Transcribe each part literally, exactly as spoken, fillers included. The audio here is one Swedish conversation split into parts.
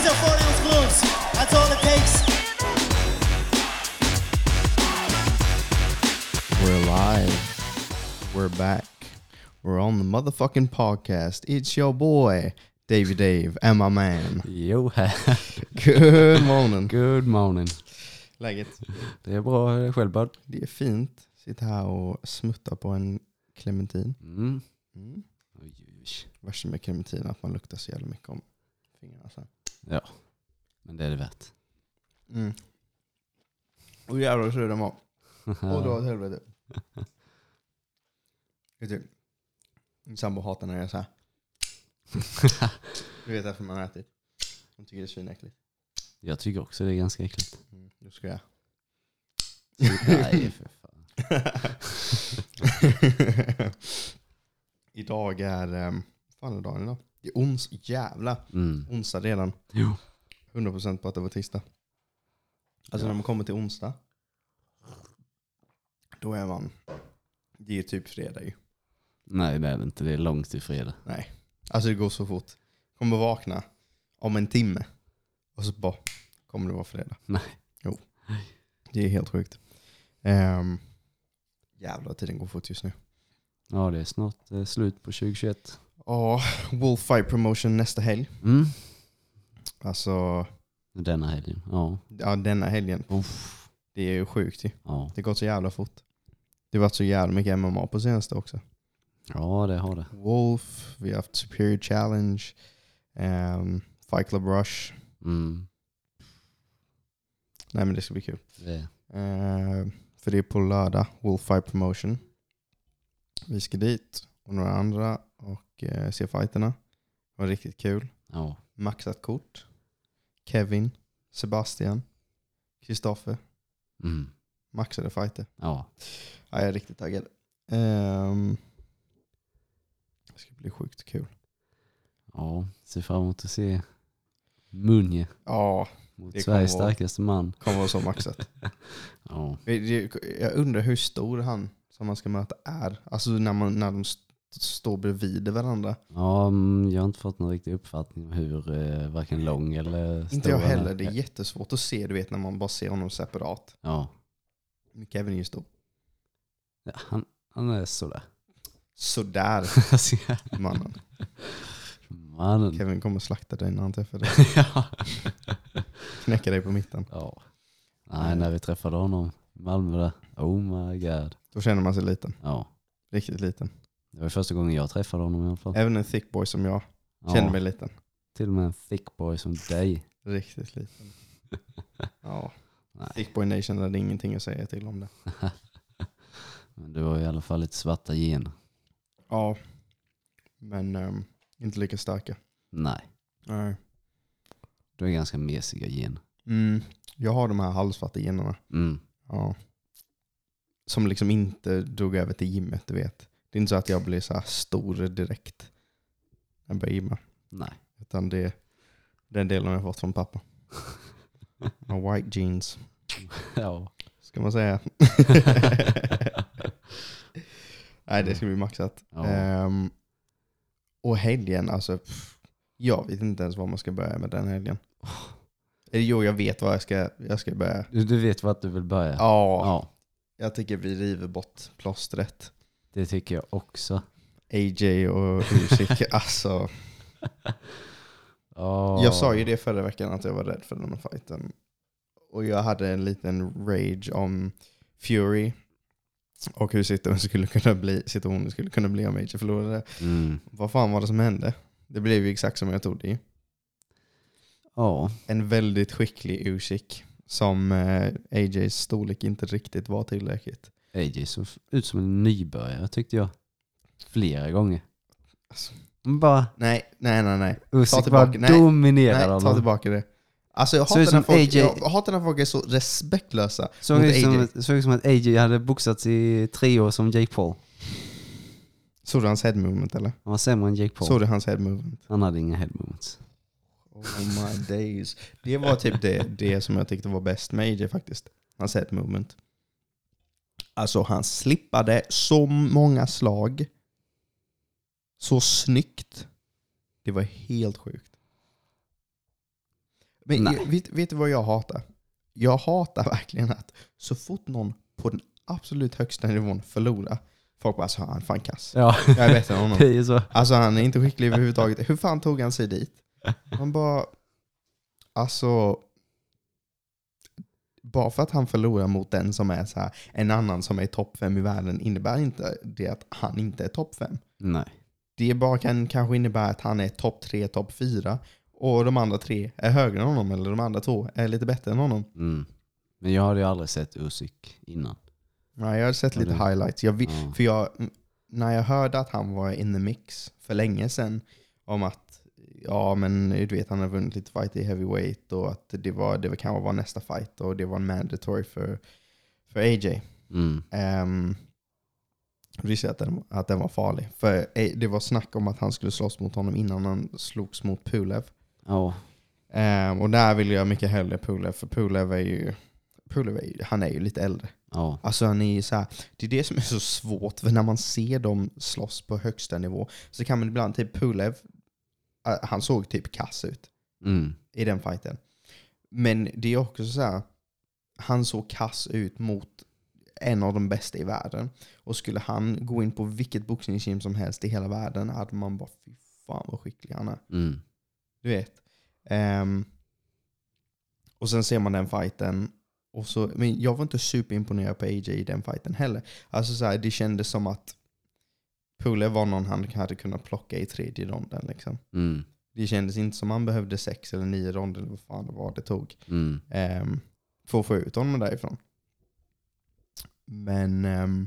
These are Forio's grooves. That's all it takes. We're live. We're back. We're on the motherfucking podcast. It's your boy, Davey Dave, and my man. Jo, här. Good morning. Good morning. Läget? Det är bra själv, bud. Det är fint. Sitter här och smuttar på en clementin. Mm. Mm. Oj, oj, oj. Värsta med clementin att man luktar så jävla mycket om fingrarna sen. Ja, men det är det värt. Mm. Och jävlar så den var. Och då åt helvete. Vet du, min sambo hatar när jag är så här. Du vet varför man ätit. Hon tycker det är svinäckligt. Jag tycker också det är ganska äckligt. Mm, då ska jag. Nej, för fan. Idag är... Um, fan är dagen idag? Det är ons... Jävla. Mm. Onsdag redan. Jo. hundra procent på att det var tisdag. Alltså Ja. när man kommer till onsdag. Då är man... Det är ju typ fredag ju. Nej, det är det inte. Det är långt till fredag. Nej. Alltså det går så fort. Kommer vakna om en timme. Och så bara... Kommer det vara fredag? Nej. Jo. Det är helt sjukt. Um, jävlar, tiden går fort just nu. Ja, det är snart eh, slut på tjugohundratjugoett. Ja, Wolf Fight Promotion nästa helg. Mm. Alltså, Denna helgen. Ja. ja, denna helgen. Uff. Det är ju sjukt ju. Ja. Det går så jävla fort. Det har varit så jävla mycket M M A på senaste också. Ja, det har det. Wolf, vi har haft Superior Challenge, um, Fight Club Rush. Mm. Nej men det ska bli kul. Det. Uh, för det är på lördag, Wolf Fight Promotion. Vi ska dit och några andra och uh, se fighterna. Det var riktigt kul. Ja. Maxat kort. Kevin, Sebastian, Kristoffer. Mm. Maxade fighter. Ja. Ja, jag är riktigt taggad. Um, det ska bli sjukt kul. Ja, ser fram emot att se Munje Ja, mot det Sveriges kommer vara- starkaste man. kommer vara så maxat. Ja. Jag undrar hur stor han som man ska möta är. Alltså när, man, när de st- står bredvid varandra. Ja, mm, jag har inte fått någon riktig uppfattning om hur eh, varken lång eller stor Inte jag han är. heller. Det är jättesvårt att se, du vet, när man bara ser honom separat. Ja, Men Kevin är ju stor. ja han, han är sådär. Sådär, mannen. Mannen. Kevin kommer slakta dig när han träffar dig. ja. Knäcka dig på mitten. ja. Nej, när vi träffade honom i Malmö där. Oh my god. Då känner man sig liten. Ja, Riktigt liten. det var första gången jag träffade honom i alla fall. Även en thick boy som jag Ja, känner mig liten. till och med en thick boy som dig. Riktigt liten. Ja. Nej, Thick boy nation hade ingenting att säga till om det. men du har i alla fall lite svarta gener. Ja. Men um, inte lika starka. Nej, Nej. du har ganska mesiga gener. Mm. Jag har de här halvsvarta generna. Mm. Ja. Som liksom inte drog över till gymmet, du vet. Det är inte så att jag blir så här stor direkt när jag börjar gymma. Nej. Utan det är den delen jag har fått från pappa. My white jeans, Ja. ska man säga. Nej, det ska bli maxat. Ja. Um, och helgen, alltså pff, jag vet inte ens vad man ska börja med den helgen. Eller jo, jag vet vad jag ska, jag ska börja. Du, du vet vart du vill börja? Ja, Ja, jag tycker vi river bort plåstret. det tycker jag också. A J och Usyk, alltså. Oh. Jag sa ju det förra veckan att jag var rädd för den här fighten. Och jag hade en liten rage om Fury. Och hur situationen skulle kunna bli, situationen skulle kunna bli om A J förlorade. Mm. Vad fan var det som hände? Det blev ju exakt som jag tog det. Ja. En väldigt skicklig Usyk som eh, A Js storlek inte riktigt var tillräckligt. A J såg ut som en nybörjare tyckte jag. Flera gånger. Alltså, Bara nej, nej, nej, nej. Usyk tillbaka- bara nej, dominerade Nej, ta honom. tillbaka det. Alltså jag Såg ut hatar, när som folk, A J jag hatar när folk är så respektlösa Såg mot ut A J. som, såg ut som att A J hade boxats i tre år som Jake Paul. Såg du hans head movement eller? Han var sämre än Jake Paul. Såg du hans head movement? Han hade inga head movements. Oh my days. Det var typ det, det som jag tyckte var bäst med A J faktiskt. Hans head movement. Alltså han slippade så många slag. Så snyggt. Det var helt sjukt. Men Nej. vet, vet du vad jag hatar? Jag hatar verkligen att så fort någon på den absolut högsta nivån förlorar, folk bara, alltså han är fan kass. Ja, Jag är bättre än honom. det är ju så. Alltså han är inte skicklig överhuvudtaget. Hur fan tog han sig dit? Man bara, alltså, bara för att han förlorar mot den som är så här, en annan som är topp fem i världen, innebär inte det att han inte är topp fem. Nej. Det bara kan kanske innebära att han är topp tre, topp fyra och de andra tre är högre än honom, eller de andra två är lite bättre än honom. Mm. Men jag hade ju aldrig sett Usyk innan. Nej, jag har sett lite det... highlights. Jag, ja. För jag, när jag hörde att han var in the mix för länge sedan, om att ja, men du vet, han har vunnit lite fight i heavyweight och att det var det kan vara nästa fight och det var en mandatory för, för A J. Mm. Um, visste att den, att den var farlig. För det var snack om att han skulle slåss mot honom innan han slogs mot Pulev. Ja. Um, och där vill jag mycket hellre Pulev, för Pulev är ju, Pulev är ju, han är ju lite äldre. Ja. Alltså han är ju så här, det är det som är så svårt, för när man ser dem slåss på högsta nivå så kan man ibland, typ Pulev, han såg typ kass ut Mm. i den fighten. Men det är också så här, han såg kass ut mot en av de bästa i världen. Och skulle han gå in på vilket boxningsgym som helst i hela världen, hade man bara, fy fan vad skicklig han är. Mm. Du vet. Um, och sen ser man den fighten. Och så, men jag var inte superimponerad på A J i den fighten heller. Alltså så här, det kändes som att Pulev var någon han hade kunnat plocka i tredje ronden liksom. Mm. Det kändes inte som han behövde sex eller nio ronder eller vad fan det var det tog. Mm. Um, för att få ut honom därifrån. Men um,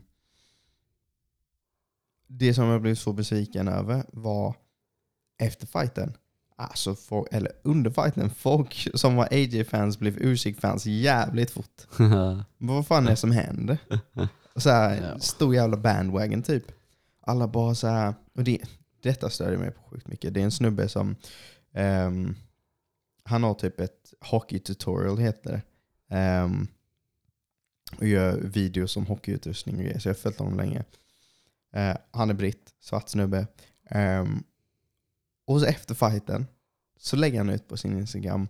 det som jag blev så besviken över var efter fighten. Alltså, folk, eller under fighten, folk som var A J-fans blev Usyk-fans jävligt fort. Vad fan är det som händer? Så här, Ja. stor jävla bandwagon typ. Alla bara så här, och det, detta störde mig på sjukt mycket. Det är en snubbe som um, han har typ ett hockey tutorial heter det. Um, och gör videos om hockeyutrustning och grejer, så jag har följt honom länge. Uh, han är britt, svart snubbe. Um, och så efter fighten så lägger han ut på sin Instagram.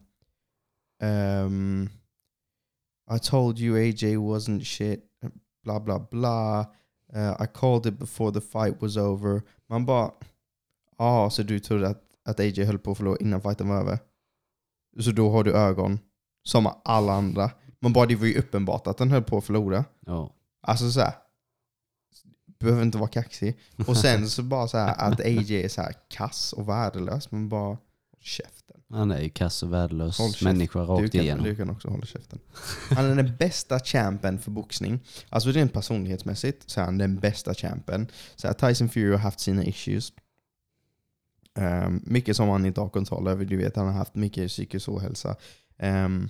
Um, I told you A J wasn't shit. Bla bla bla. Uh, I called it before the fight was over. Man bara, ja, ah, så du trodde att, att A J höll på att förlora innan fighten var över. Så då har du ögon som alla andra. Man bara, det var ju uppenbart att den höll på att förlora. Ja. Alltså så här, behöver inte vara kaxig. Och sen så bara så här att A J är så här kass och värdelös. Men bara, håll käften. Han är ju kass och värdelös Håll käft. människa rakt Du kan, igenom. du kan också hålla käften. Han är den bästa champen för boxning. Alltså rent personlighetsmässigt så är han den bästa champen. Så här, Tyson Fury har haft sina issues. Um, mycket som han inte har kontroll över. Du vet, han har haft mycket psykisk ohälsa. Um,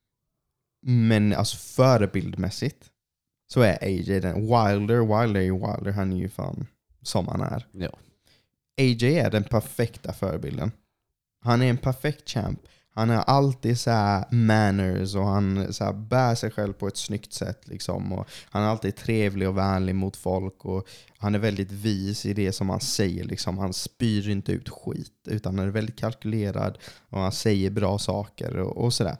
men alltså förebildmässigt så är A J den. Wilder, Wilder är ju Wilder. Han är ju fan som han är. Ja. A J är den perfekta förebilden. Han är en perfekt champ. Han har alltid så här manners och han så här bär sig själv på ett snyggt sätt liksom, och han är alltid trevlig och vänlig mot folk och han är väldigt vis i det som han säger liksom. Han spyr inte ut skit utan han är väldigt kalkylerad och han säger bra saker och, och sådär.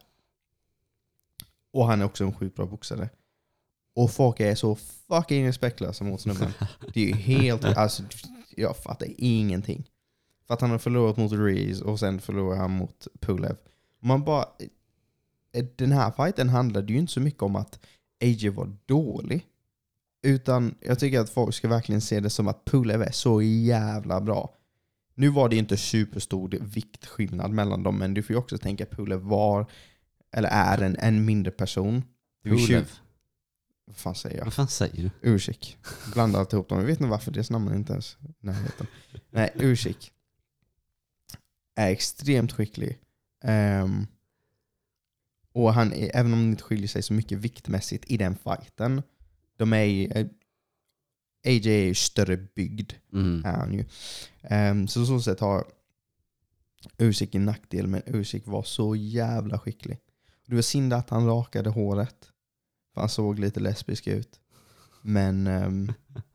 Och han är också en sjukt bra boxare. Och folk är så fucking respektlösa mot snubben. Det är ju helt, alltså jag fattar ingenting. För att han har förlorat mot Ruiz och sen förlorar han mot Pulev. Man bara, den här fighten handlade ju inte så mycket om att A J var dålig. Utan jag tycker att folk ska verkligen se det som att Pulev är så jävla bra. Nu var det inte superstor viktskillnad mellan dem, men du får ju också tänka att Pulev var, eller är en, en mindre person. Pulev? Vad fan säger jag? Vad fan säger du? Usyk. Blandar allt ihop dem. Jag vet inte varför det namnet inte ens närheten. Nej, Usyk är extremt skicklig. Um, och han är, även om han inte skiljer sig så mycket viktmässigt i den fighten, de är ju, A J är ju större byggd. Mm. Är han ju. Um, så så sätt har Usyk en nackdel, men Usyk var så jävla skicklig. Det var synd att han rakade håret. För han såg lite lesbisk ut. Men um,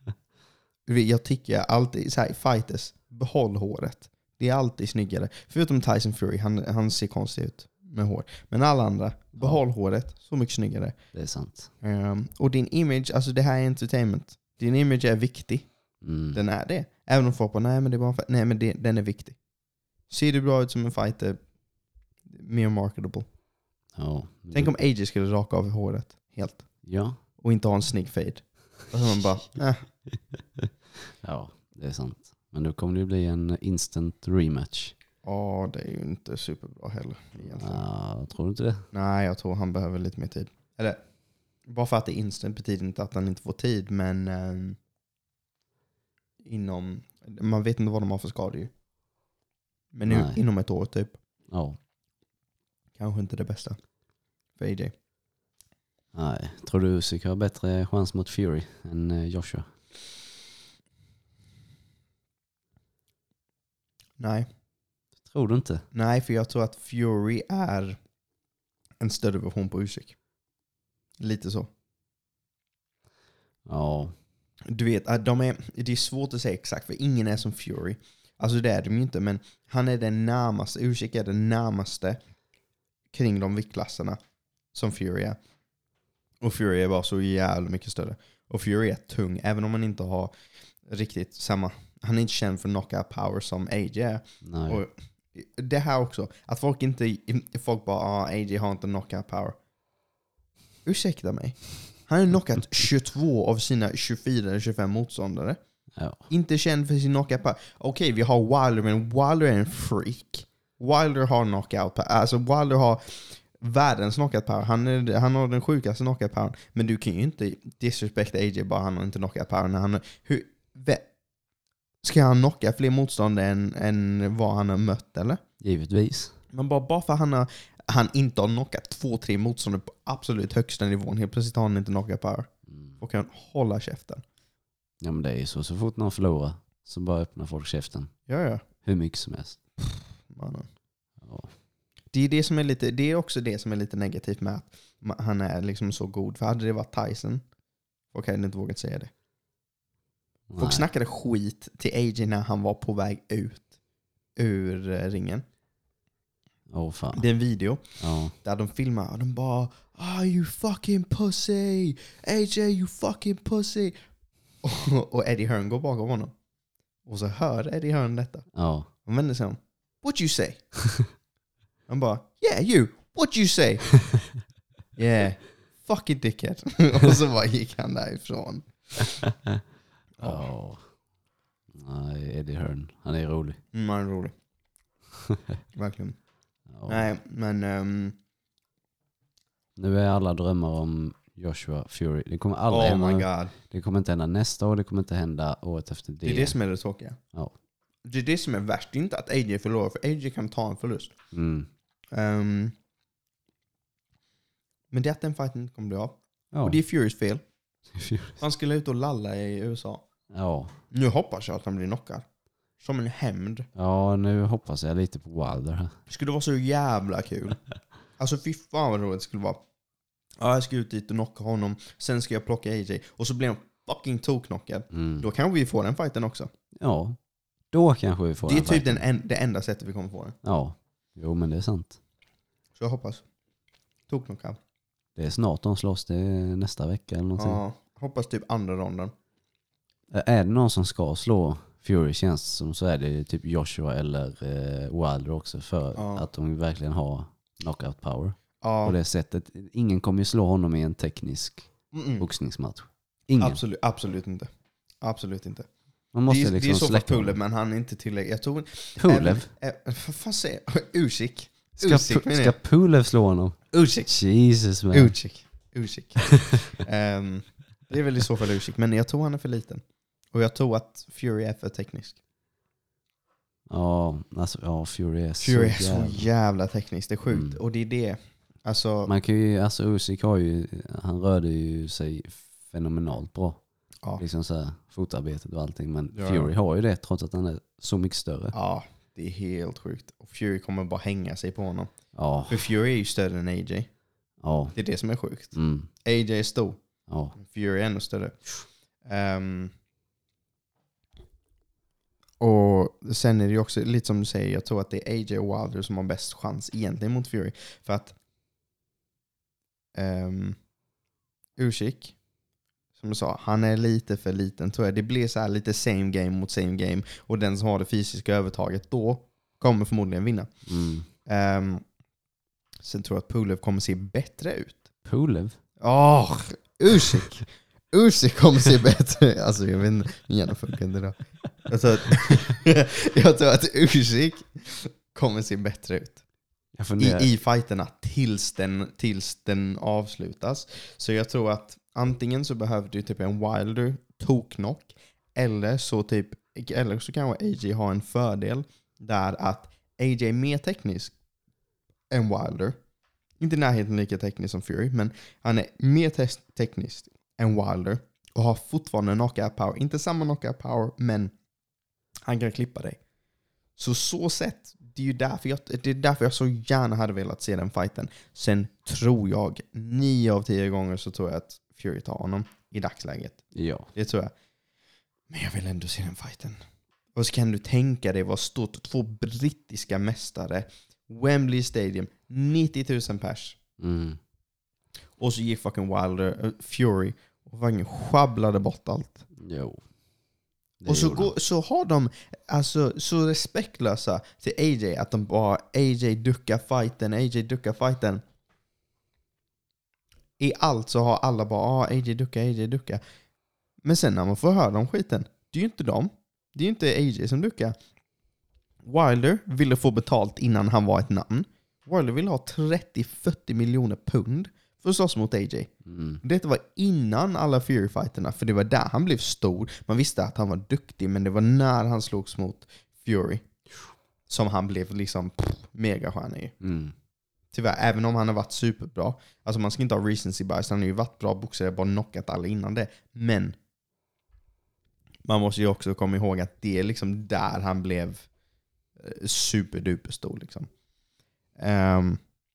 jag tycker alltid så här, fighters, behåll håret. Det är alltid snyggare. Förutom Tyson Fury, han, han ser konstig ut. med hår. Men alla andra, behåll ja. håret. Så mycket snyggare. Det är sant. Um, och din image, alltså det här är entertainment. Din image är viktig. Mm. Den är det. Även om folk bara, nej men det är bara nej men det, den är viktig. Ser du bra ut som en fighter, mer marketable. Ja. Tänk om A J skulle raka av håret helt. Ja. Och inte ha en snygg fade. Och så man bara, äh. Ja, det är sant. Men då kommer det bli en instant rematch. Ja, det är ju inte superbra heller. Egentligen. Ja, tror du inte det? Nej, jag tror han behöver lite mer tid. Eller, bara för att det är instant betyder inte att han inte får tid, men um, inom, man vet inte vad de har för skador ju. Men nu, inom ett år typ. Ja. Kanske inte det bästa för A J. Nej, tror du Usyk har bättre chans mot Fury än Joshua? Nej. Tror du inte? Nej, för jag tror att Fury är en större version på Usyk. Lite så. Ja. Du vet, de är, det är svårt att säga exakt, för ingen är som Fury. Alltså det är de ju inte, men han är den närmaste, Usyk är den närmaste kring de viktklasserna som Fury är. Och Fury är bara så jävla mycket större. Och Fury är tung, även om han inte har riktigt samma, han är inte känd för knockout power som A J är. Nej. Och det här också, att folk inte, folk bara, ah, A J har inte knockout power. Ursäkta mig. Han har knockat tjugotvå av sina tjugofyra eller tjugofem motståndare. Ja. Inte känd för sin knockout power. Okej, okay, vi har Wilder, men Wilder är en freak. Wilder har knockout power. Alltså Wilder har världens knockout power. Han, är, han har den sjukaste knockout power. Men du kan ju inte disrespekta A J bara han har inte knockout power. När han, hur, ve, ska han knocka fler motståndare än, än vad han har mött, eller? Givetvis. Men bara, bara för han, har, han inte har knockat två, tre motståndare på absolut högsta nivån. Helt plötsligt har han inte knockout power. Mm. Och kan hålla käften. Ja, men det är ju så. Så fort någon förlorar så bara öppnar folk käften. Ja, ja. Hur mycket som helst. Mannen. Ja. Det är, det, som är lite, det är också det som är lite negativt med att han är liksom så god. För hade det varit Tyson, folk hade inte vågat säga det. Folk Nej. snackade skit till A J när han var på väg ut ur ringen. Åh oh, fan. Det är en video ja. där de filmar och de bara, ah, you fucking pussy, A J you fucking pussy. Och, och Eddie Hearn går bakom honom. Och så hör Eddie Hearn detta. Ja. Han vänder sig om. What you say? Han bara, yeah you, what you say? Yeah, fucking dickhead. Och så bara gick han därifrån. Ja. Oh. Nej, Eddie Hearn. Han är rolig. Mm, han är rolig. Verkligen. Ja. Nej, men... Um, nu är alla drömmar om Joshua Fury. Det kommer aldrig oh hända. my god. Det kommer inte hända nästa år. Det kommer inte hända året efter det. Det är det som är det tråkiga. Ja. Det är det som är värst. Det är inte att A J förlorar. För A J kan ta en förlust. Mm. Um, men det är att den fighten inte kommer bli av. Ja. Och det är Furys fel. Han skulle ut och lalla i U S A. Ja. Nu hoppas jag att han blir knockad. Som en hämnd. Ja, nu hoppas jag lite på Wilder här. Det skulle vara så jävla kul. Alltså fy fan vad roligt det skulle vara. Ja, jag ska ut dit och knocka honom. Sen ska jag plocka A J. Och så blir han fucking toknockad. Mm. Då kan vi få den fighten också. Ja, då kanske vi får det den. Det är typ den en, det enda sättet vi kommer få den. Ja, jo men det är sant. Så jag hoppas. Toknockad. Det är snart de slåss, det är nästa vecka eller någonting. Ja, hoppas typ andra ronden. Är det någon som ska slå Fury känns som så är det typ Joshua eller eh, Wilder också för ja. att de verkligen har knockout power. Ja. På det sättet. Ingen kommer ju slå honom i en teknisk Mm-mm. boxningsmatch. Ingen. Absolut, absolut inte. Absolut inte. Man måste det, är, liksom det är så för släcka Pulev, men han är inte tillräckligt. Jag tror... Pulev? Vad fan säger jag? Usyk. Ska, Usyk, Pu- ska Pulev slå honom? Usyk. Jesus man. Usyk. Usyk. um, det är väl i så fall Usyk, men jag tror han är för liten. Och jag tror att Fury är för teknisk. Ja, alltså ja, Fury är Fury är så så jävla, jävla tekniskt. Det är sjukt. Mm. Och det är det. Alltså, man kan ju, alltså Usyk har ju, han rörde ju sig fenomenalt bra. ja. Liksom så här, fotarbetet och allting. Men Ja. Fury har ju det trots att han är så mycket större. Ja, det är helt sjukt. Och Fury kommer bara hänga sig på honom. Ja, För Fury är ju större än A J. ja. Det är det som är sjukt. Mm. A J är stor. Ja. Fury är ännu större. Um, Och sen är det ju också lite som du säger, jag tror att det är A J Wilder som har bäst chans egentligen mot Fury. För att um, Usyk, som du sa, han är lite för liten tror jag. Det blir så här lite same game mot same game. Och den som har det fysiska övertaget då kommer förmodligen vinna. Mm. Um, sen tror jag att Pulev kommer se bättre ut. Pulev? Åh, oh, Usyk. Usyk kommer se bättre. Alltså jag vet inte, min hjärna funkar inte då. Jag tror att, jag tror att Usyk kommer se bättre ut. I, I fighterna tills den, tills den avslutas. Så jag tror att antingen så behöver du typ en Wilder toknock, eller så typ eller så kanske A J har en fördel där att A J är mer teknisk än Wilder. Inte närheten lika teknisk som Fury, men han är mer te- teknisk än Wilder och har fortfarande knockout power. Inte samma knockout power, men han kan klippa dig. Så så sett, det är ju därför jag, det är därför jag så gärna hade velat se den fighten. Sen tror jag, nio av tio gånger så tror jag att Fury tar honom i dagsläget. Ja. Det tror jag. Men jag vill ändå se den fighten. Och så kan du tänka dig vad stort. Två brittiska mästare. Wembley Stadium. nittio tusen pers. Mm. Och så gick fucking Wilder, uh, Fury. Och fucking sjabblade bort allt. Jo. Och så, går, så har de alltså så respektlösa till A J att de bara A J duckar fighten, A J duckar fighten. I allt så har alla bara ah, A J duckar, A J duckar. Men sen när man får höra om skiten, det är ju inte dem. Det är ju inte A J som duckar. Wilder ville få betalt innan han var ett namn. Wilder ville ha trettio till fyrtio miljoner pund för att slåss mot A J. Mm. Det var innan alla Fury-fighterna, för det var där han blev stor. Man visste att han var duktig, men det var när han slogs mot Fury som han blev liksom pff, megastjärna i. Mm. Tyvärr, även om han har varit superbra. Alltså man ska inte ha recency bias, han har ju varit bra boxare, bara knockat alla innan det. Men man måste ju också komma ihåg att det är liksom där han blev superduper stor liksom. Um,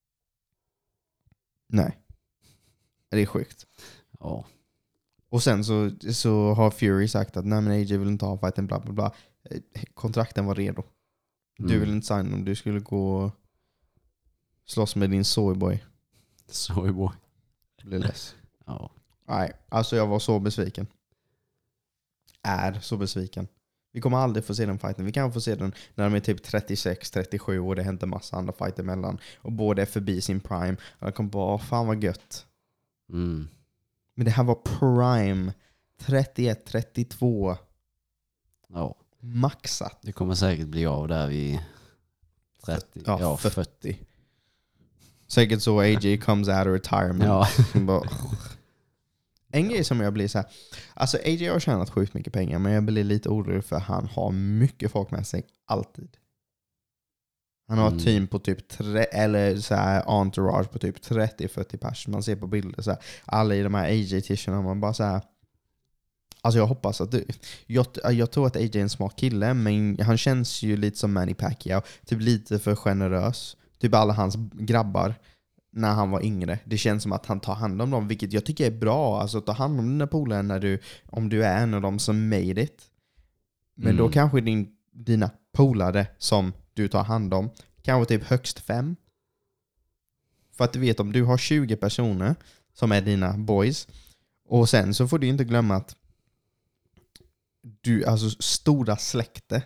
nej. Det är sjukt. Ja. Och sen så, så har Fury sagt att nej men A J vill inte ha fighten, bla bla bla. Kontrakten var redo. Du Mm. vill inte signa om du skulle gå och slåss med din soyboy. Soyboy. Blir less. Ja. Nej, alltså jag var så besviken. Är så besviken. Vi kommer aldrig få se den fighten. Vi kan få se den när de är typ trettiosex trettiosju och det händer massa andra fighter emellan. Och båda är förbi sin prime. Och jag kommer bara, fan vad gött. Mm. Men det här var prime. trettioett trettiotvå. Ja. Maxat. Det kommer säkert bli av där vid trettio. Ja, Ja, fyrtio. fyrtio. Säkert så A J comes out of retirement. Ja. Bara, en grej som jag blir så här. Alltså A J har tjänat sjukt mycket pengar, men jag blir lite orolig för han har mycket folk med sig. Alltid. Han har Mm. ett team på typ tre, eller så här entourage på typ trettio till fyrtio pers. Man ser på bilder så här, alla i de här A J-t-shirtarna, man bara så här. Alltså jag hoppas att du, jag, jag tror att A J är en smart kille, men han känns ju lite som Manny Pacquiao, typ lite för generös. Typ alla hans grabbar när han var yngre. Det känns som att han tar hand om dem, vilket jag tycker är bra. Alltså ta hand om dina polare när du, om du är en av dem som made it. Men Mm. då kanske din, dina polare som du tar hand om kanske typ högst fem. För att du vet, om du har tjugo personer som är dina boys, och sen så får du inte glömma att du, alltså stora släkte.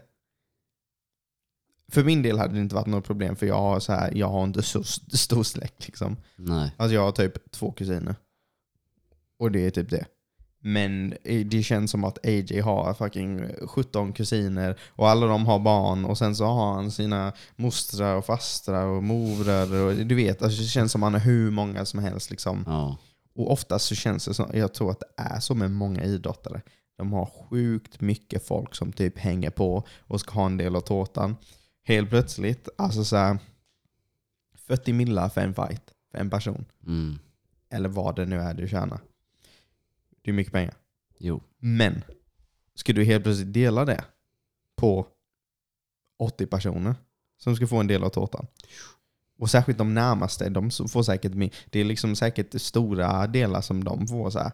För min del hade det inte varit något problem, för jag har så här, jag har inte så st- stor släkt liksom. Nej. Alltså jag har typ två kusiner. Och det är typ det. Men det känns som att A J har fucking sjutton kusiner och alla de har barn, och sen så har han sina mostrar och fastrar och morbröder och du vet, alltså det känns som att han har hur många som helst liksom. Ja. Och oftast så känns det som, jag tror att det är så med många idrottare. De har sjukt mycket folk som typ hänger på och ska ha en del av tårtan. Helt plötsligt, alltså så här, fyrtio millar för en fight, för en person. Mm. Eller vad det nu är du tjänar. Det är mycket pengar. Jo. Men ska du helt plötsligt dela det på åttio personer som ska få en del av tårtan? Och särskilt de närmaste, de får säkert, det är liksom säkert stora delar som de får så här.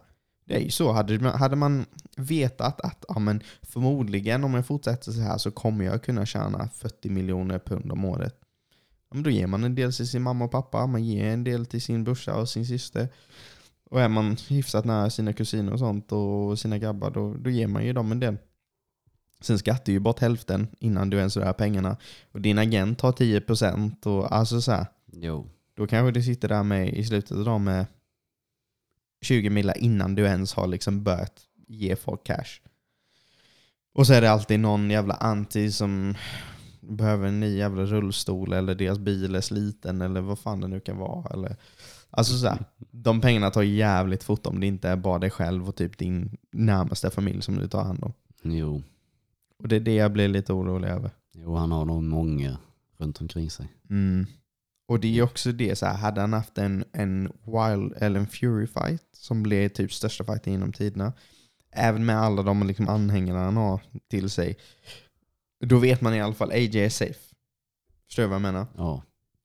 Det är ju så. Hade man, hade man vetat att ja, men förmodligen om jag fortsätter så här så kommer jag kunna tjäna fyrtio miljoner pund om året. Ja, men då ger man en del till sin mamma och pappa. Man ger en del till sin brorsa och sin syster. Och är man hyfsat nära sina kusiner och sånt och sina grabbar, då, då ger man ju dem en del. Sen skattar ju bort hälften innan du ens rör pengarna. Och din agent tar tio procent och alltså så här. Jo. Då kanske du sitter där med i slutet av dagen med tjugo millar innan du ens har liksom börjat ge folk cash. Och så är det alltid någon jävla anti som behöver en ny jävla rullstol eller deras bil är sliten eller vad fan det nu kan vara. Eller, alltså så här, de pengarna tar jävligt fort om det inte är bara dig själv och typ din närmaste familj som du tar hand om. Jo. Och det är det jag blir lite orolig över. Jo, han har nog många runt omkring sig. Mm. Och det är också det så här, hade han haft en, en Wild eller en Fury fight som blev typ största fighten inom tiderna, även med alla de liksom anhängarna han har till sig, då vet man i alla fall A J är safe. Förstår du vad jag menar? Ja.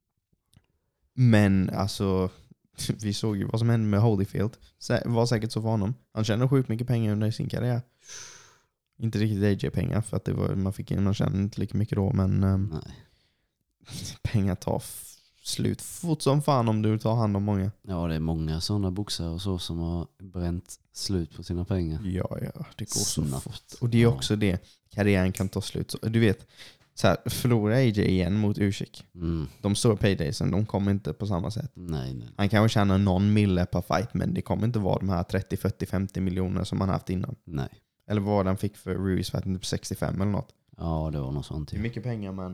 Men alltså vi såg ju vad som hände med Holyfield. Det var säkert så för honom. Han tjänade sjukt mycket pengar under sin karriär. Inte riktigt A J-pengar för att det var, man, fick, man tjänade inte lika mycket då, men um, Nej. pengar tar f- slut fort som fan om du tar hand om många. Ja, det är många sådana boxare och så som har bränt slut på sina pengar. Ja, ja, det går Snabbt. så fort. Och det är Ja. också det. Karriären kan ta slut. Så, du vet, så här, förlorar A J igen mot Usyk. Mm. De stora paydaysen, de kommer inte på samma sätt. Nej, nej. Han kanske tjänar någon mille per fight, men det kommer inte vara de här trettio, fyrtio, femtio miljoner som han haft innan. Nej. Eller vad han fick för Ruiz för att sextiofem eller något. Ja, det var något sånt. Det är mycket pengar, men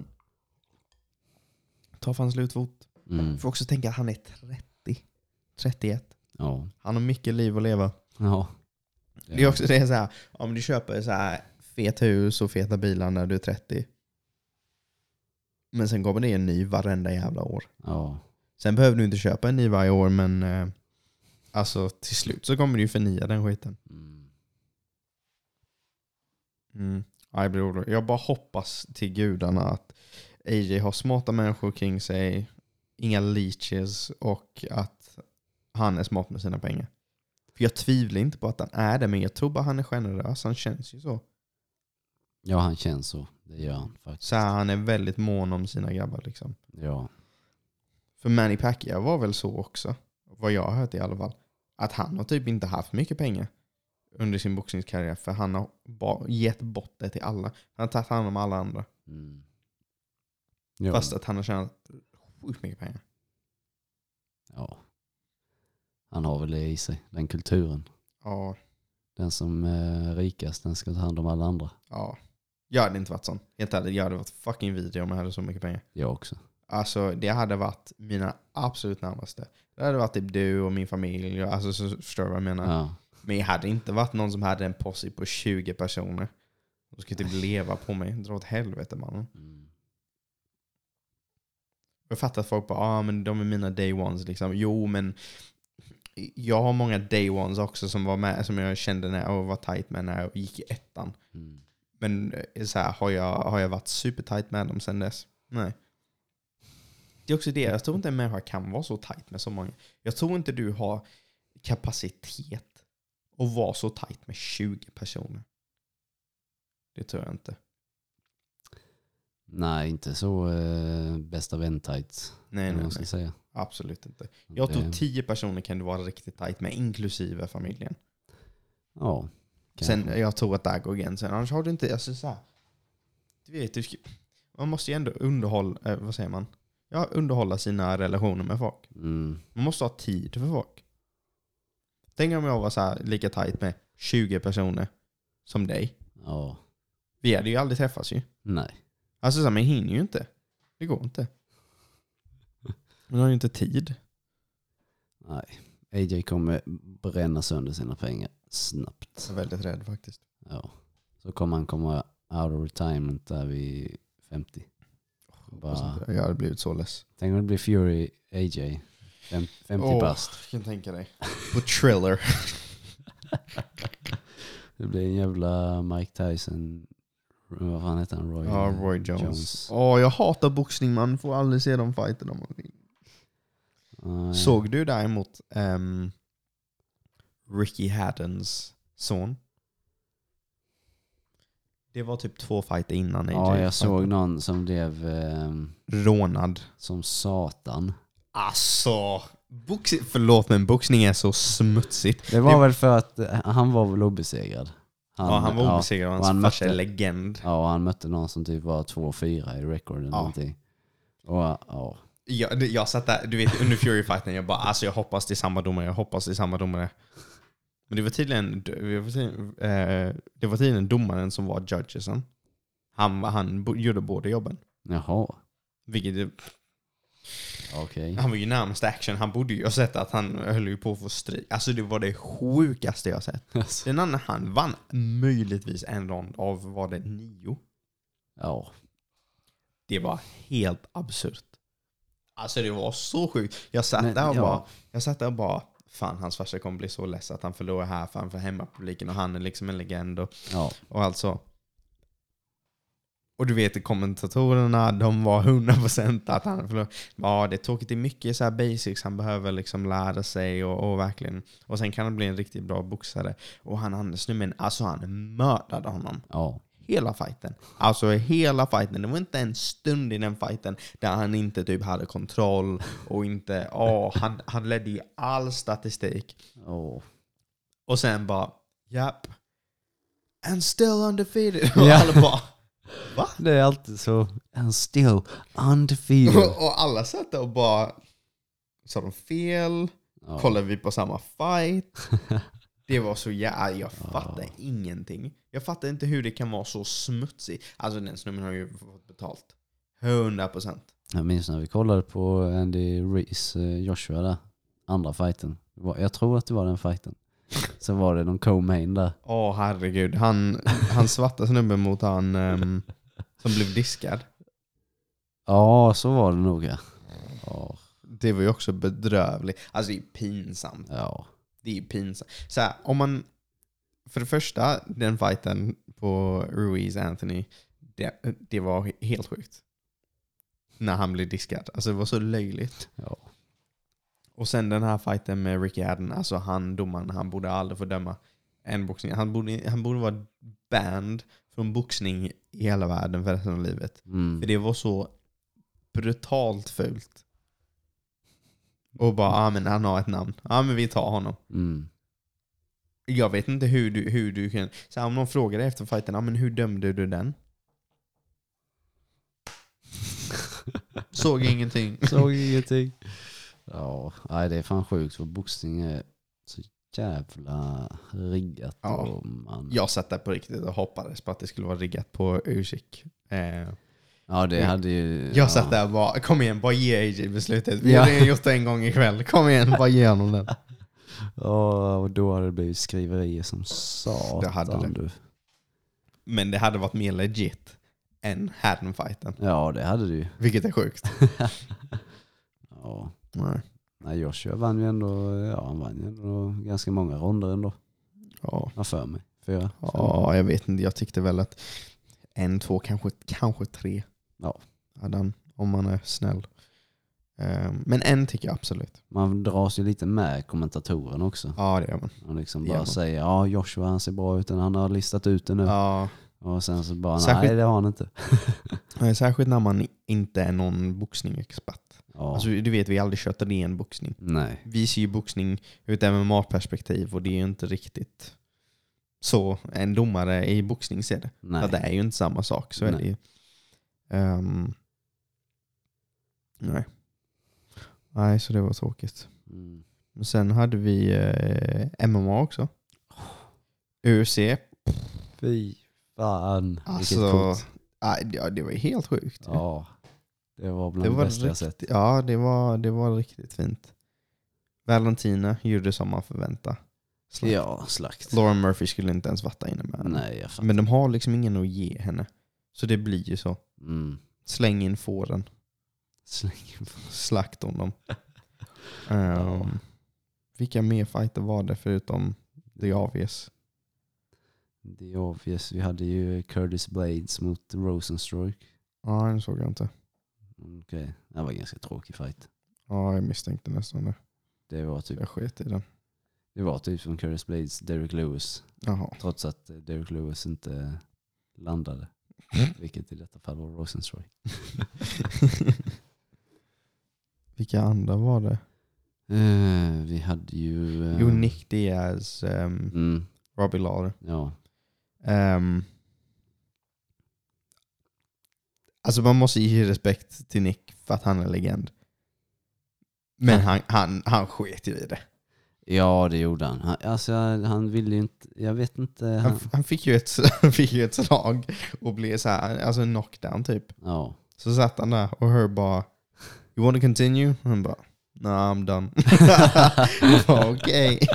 tar fan slut fort. Mm. Får också tänka att han är trettio, trettioett. Ja. Han har mycket liv att leva. Ja. Det är också det så här, om du köper så här fet hus och feta bilar när du är trettio. Men sen kommer det en ny varenda jävla år. Ja. Sen behöver du inte köpa en ny varje år, men eh, alltså till slut så kommer du ju förnya den skiten. Mm. Mm. Ja, jag blir orolig. Jag bara hoppas till gudarna att A J har smarta människor kring sig, inga leeches och att han är smart med sina pengar. För jag tvivlar inte på att han är det, men jag tror bara han är generös. Han känns ju så. Ja, han känns så. Det gör han faktiskt. Så här, han är väldigt mån om sina grabbar liksom. Ja. För Manny Pacquiao var väl så också, vad jag har hört i alla fall, att han har typ inte haft mycket pengar under sin boxningskarriär, för han har bara gett bort det till alla. Han har tagit hand om alla andra. Mm. Ja. Fast att han har tjänat sjukt mycket pengar. Ja. Han har väl det i sig. Den kulturen. Ja, Den som är rikast, den ska ta hand om alla andra. ja. Jag hade inte varit sån. Helt ärligt, jag hade varit fucking vidrig om jag hade så mycket pengar. Jag också. Alltså, det hade varit mina absolut närmaste. Det hade varit typ du och min familj. Alltså, så förstår du vad jag menar? Ja. Men jag hade inte varit någon som hade en posse på tjugo personer. De skulle typ leva på mig. Dra åt helvete, mannen. Mm. Jag fattar att folk bara, ah, men de är mina day ones liksom. Jo, men jag har många day ones också som var med, som jag kände när jag var tight med när jag gick i ettan. Mm. Men så här, har jag, har jag varit super tight med dem sen dess? Nej. Det är också det. Jag tror inte en människa kan vara så tight med så många. Jag tror inte du har kapacitet att vara så tight med tjugo personer. Det tror jag inte. Nej, inte så äh, bästa vän tight. Nej, nej, man ska nej. säga. Absolut inte. Jag Det- tror tio personer kan du vara riktigt tight med, inklusive familjen. Ja. Sen, kanske. jag tror att där går gränsen. Annars har du inte, alltså så här, du vet, du ska, man måste ju ändå underhålla, eh, vad säger man? Ja, underhålla sina relationer med folk. Mm. Man måste ha tid för folk. Tänk om jag var så här lika tight med tjugo personer som dig. Ja. Vi hade ju aldrig träffats ju. Nej. Alltså så här, man hinner ju inte. Det går inte. Man har ju inte tid. Nej. A J kommer bränna sönder sina pengar snabbt. Jag är väldigt rädd faktiskt. Ja. Så kommer han komma out of retirement där vid femtio. Bara, Jag hade blivit så less. tänk om det blir Fury A J. Fem, femtio Åh, bast. jag kan tänka dig. På Thriller. Det blir en jävla Mike Tyson. Vad fan heter han? Roy, Ja, Roy Jones. Åh, jag hatar boxning, man får aldrig se de fighterna. Nej. Såg du däremot um, Ricky Haddons son. Det var typ två fighter innan A J. Ja, jag såg någon som blev eh, rånad. som satan. Alltså, boxing, förlåt men boxning är så smutsigt. Det var det, väl för att eh, han var väl obesegrad. Han, ja, han var obesegrad och hans han farsa är mötte- legend. Ja, och han mötte någon som typ var två fyra i record eller Ja. någonting. Och ja, Jag, det- jag satt där, du vet under Fury-fighten, jag bara alltså jag hoppas det är samma domare, jag hoppas det är samma domare. Men det var tydligen, det var tydligen, eh, det var tydligen domaren som var judgesen. Han, han bo, gjorde båda jobben. jaha, Vilket det, okej. han var ju närmast action, han borde ju ha sett att han höll ju på att få stryk. Alltså det var det sjukaste jag sett. Alltså, Den andra han vann möjligtvis en rond av, var det nio? ja, Det var helt absurt. Alltså det var så sjukt. Jag satt Men, där och ja. bara, jag satt där och bara, fan hans farsa kommer bli så ledsen att han förlorar här framför hemmapubliken och han är liksom en legend och, ja, och alltså. Och du vet kommentatorerna, de var hundra procent att han förlorar. Ja, det är tråkigt, det är mycket så här basics han behöver liksom lära sig och, och verkligen. Och sen kan han bli en riktigt bra boxare. Och han Anders Numen, alltså han mördade honom. ja, Hela fighten. Alltså hela fighten. Det var inte en stund i den fighten där han inte typ hade kontroll och inte, åh, han, han ledde ju all statistik. åh. Och sen bara, japp. And still undefeated. Och Ja. alla bara, va? Det är alltid så. And still undefeated. Och, och alla satt där och bara, sa de fel? Ja. Kollar vi på samma fight? Det var så jävla, jag fattar ingenting. Jag fattar inte hur det kan vara så smutsigt. Alltså den snubben har ju fått betalt. hundra procent. Jag minns när vi kollade på Andy Rees eh, Joshua där. Andra fighten. Det var- Jag tror att det var den fighten. Så var det någon co-main där. Åh herregud. Han, han svarta snubben mot han ehm, som blev diskad. Ja, så var det nog ja. Ja, Det var ju också bedrövligt. Alltså det är pinsamt. ja. Det är pinsamt. Så här, om man... För det första, den fighten på Ruiz Anthony, det, det var helt sjukt. När han blev diskad. Alltså det var så löjligt. Ja. Och sen den här fighten med Ricky Haddon, alltså han domaren, han borde aldrig få döma en boxning. Han borde, han borde vara banned från boxning i hela världen för resten av livet. Mm. För det var så brutalt fult. Och bara, ja ah, men han har ett namn. Ja ah, men vi tar honom. Mm. Jag vet inte hur du, hur du kan... Så här, om någon frågar dig efter fighten, ja ah, men hur dömde du den? Såg ingenting. Såg ingenting. Ja, nej, det är fan sjukt för boxning är så jävla riggat. Ja. Och man... Jag satt där på riktigt och hoppades på att det skulle vara riggat på Usyk. Eh, ja, det hade ju... jag ja. satt där och bara, kom igen, bara ge A J beslutet. Vi Ja. har redan gjort det en gång ikväll. Kom igen, bara ge honom den. Ja, och då hade det blivit skriverier som satan. Det hade det. Du. Men det hade varit mer legit än Haddon-fighten. Ja, det hade du ju. Vilket är sjukt. Ja. Nej. Nej, Joshua vann ju ändå, ja, han vann ju ändå ganska många ronder ändå. Ja. Jag för mig. Fyra. Ja, jag vet inte. Jag tyckte väl att en, två, kanske, kanske tre. Ja. Hade han, om man är snäll. Um, men en tycker jag absolut. Man dras ju lite med kommentatorn också. Ja, det gör man. Och liksom Ja, bara man. säger, ja, Joshua han ser bra ut, han har listat ut det nu. Ja, Och sen så bara, Särskilt- nej det har han inte. särskilt när man inte är någon boxningsexpert. Ja. Alltså, du vet, vi har aldrig kört ren boxning. Nej. Vi ser ju boxning ur ett M M A-perspektiv och det är ju inte riktigt så en domare i boxning ser det. Nej. För det är ju inte samma sak, så är Nej. det ju. Um, nej. Nej, så det var tråkigt. Mm. Men sen hade vi eh, M M A också. U F C. Fy fan. Vilket Alltså, kort. nej, ja, det var ju helt sjukt. Ja. Det var bland det det, var bästa jag riktigt, sett. ja, det var, det var riktigt fint. Valentina gjorde som man förväntade. Slakt. Ja, slakt. Lauren Murphy skulle inte ens vatta inne med henne. Nej, jag fattar. Men de har liksom ingen att ge henne. Så det blir ju så. Mm. Släng in fåren. Släng. Slakt honom. um, vilka mer fighter var det förutom The Obvious? Det är obvious. Vi hade ju Curtis Blades mot Rosenstruck. Ja, den såg jag inte. Okej. Okay. Det var en ganska tråkig fight. Ja, jag misstänkte nästan det. Det var typ... Jag sket i den. Det var typ som Curtis Blades, Derek Lewis. Jaha. Trots att Derek Lewis inte landade. Vilket i detta fall var Rosenstrike. Vilka andra var det? Uh, vi hade ju... Uh, Jo, Nick Diaz, um, mm, Robbie Lawler. ja. Um, alltså man måste ge respekt till Nick för att han är legend. Men han, han, han sket ju i det. Ja, det gjorde han. han alltså, han ville ju inte... Jag vet inte... Han, Han, han, fick ju ett, han fick ju ett slag och blev så här, alltså en knockdown typ. ja. Så satt han där och hör bara, you want to continue? Och han bara, no, I'm done. Okej.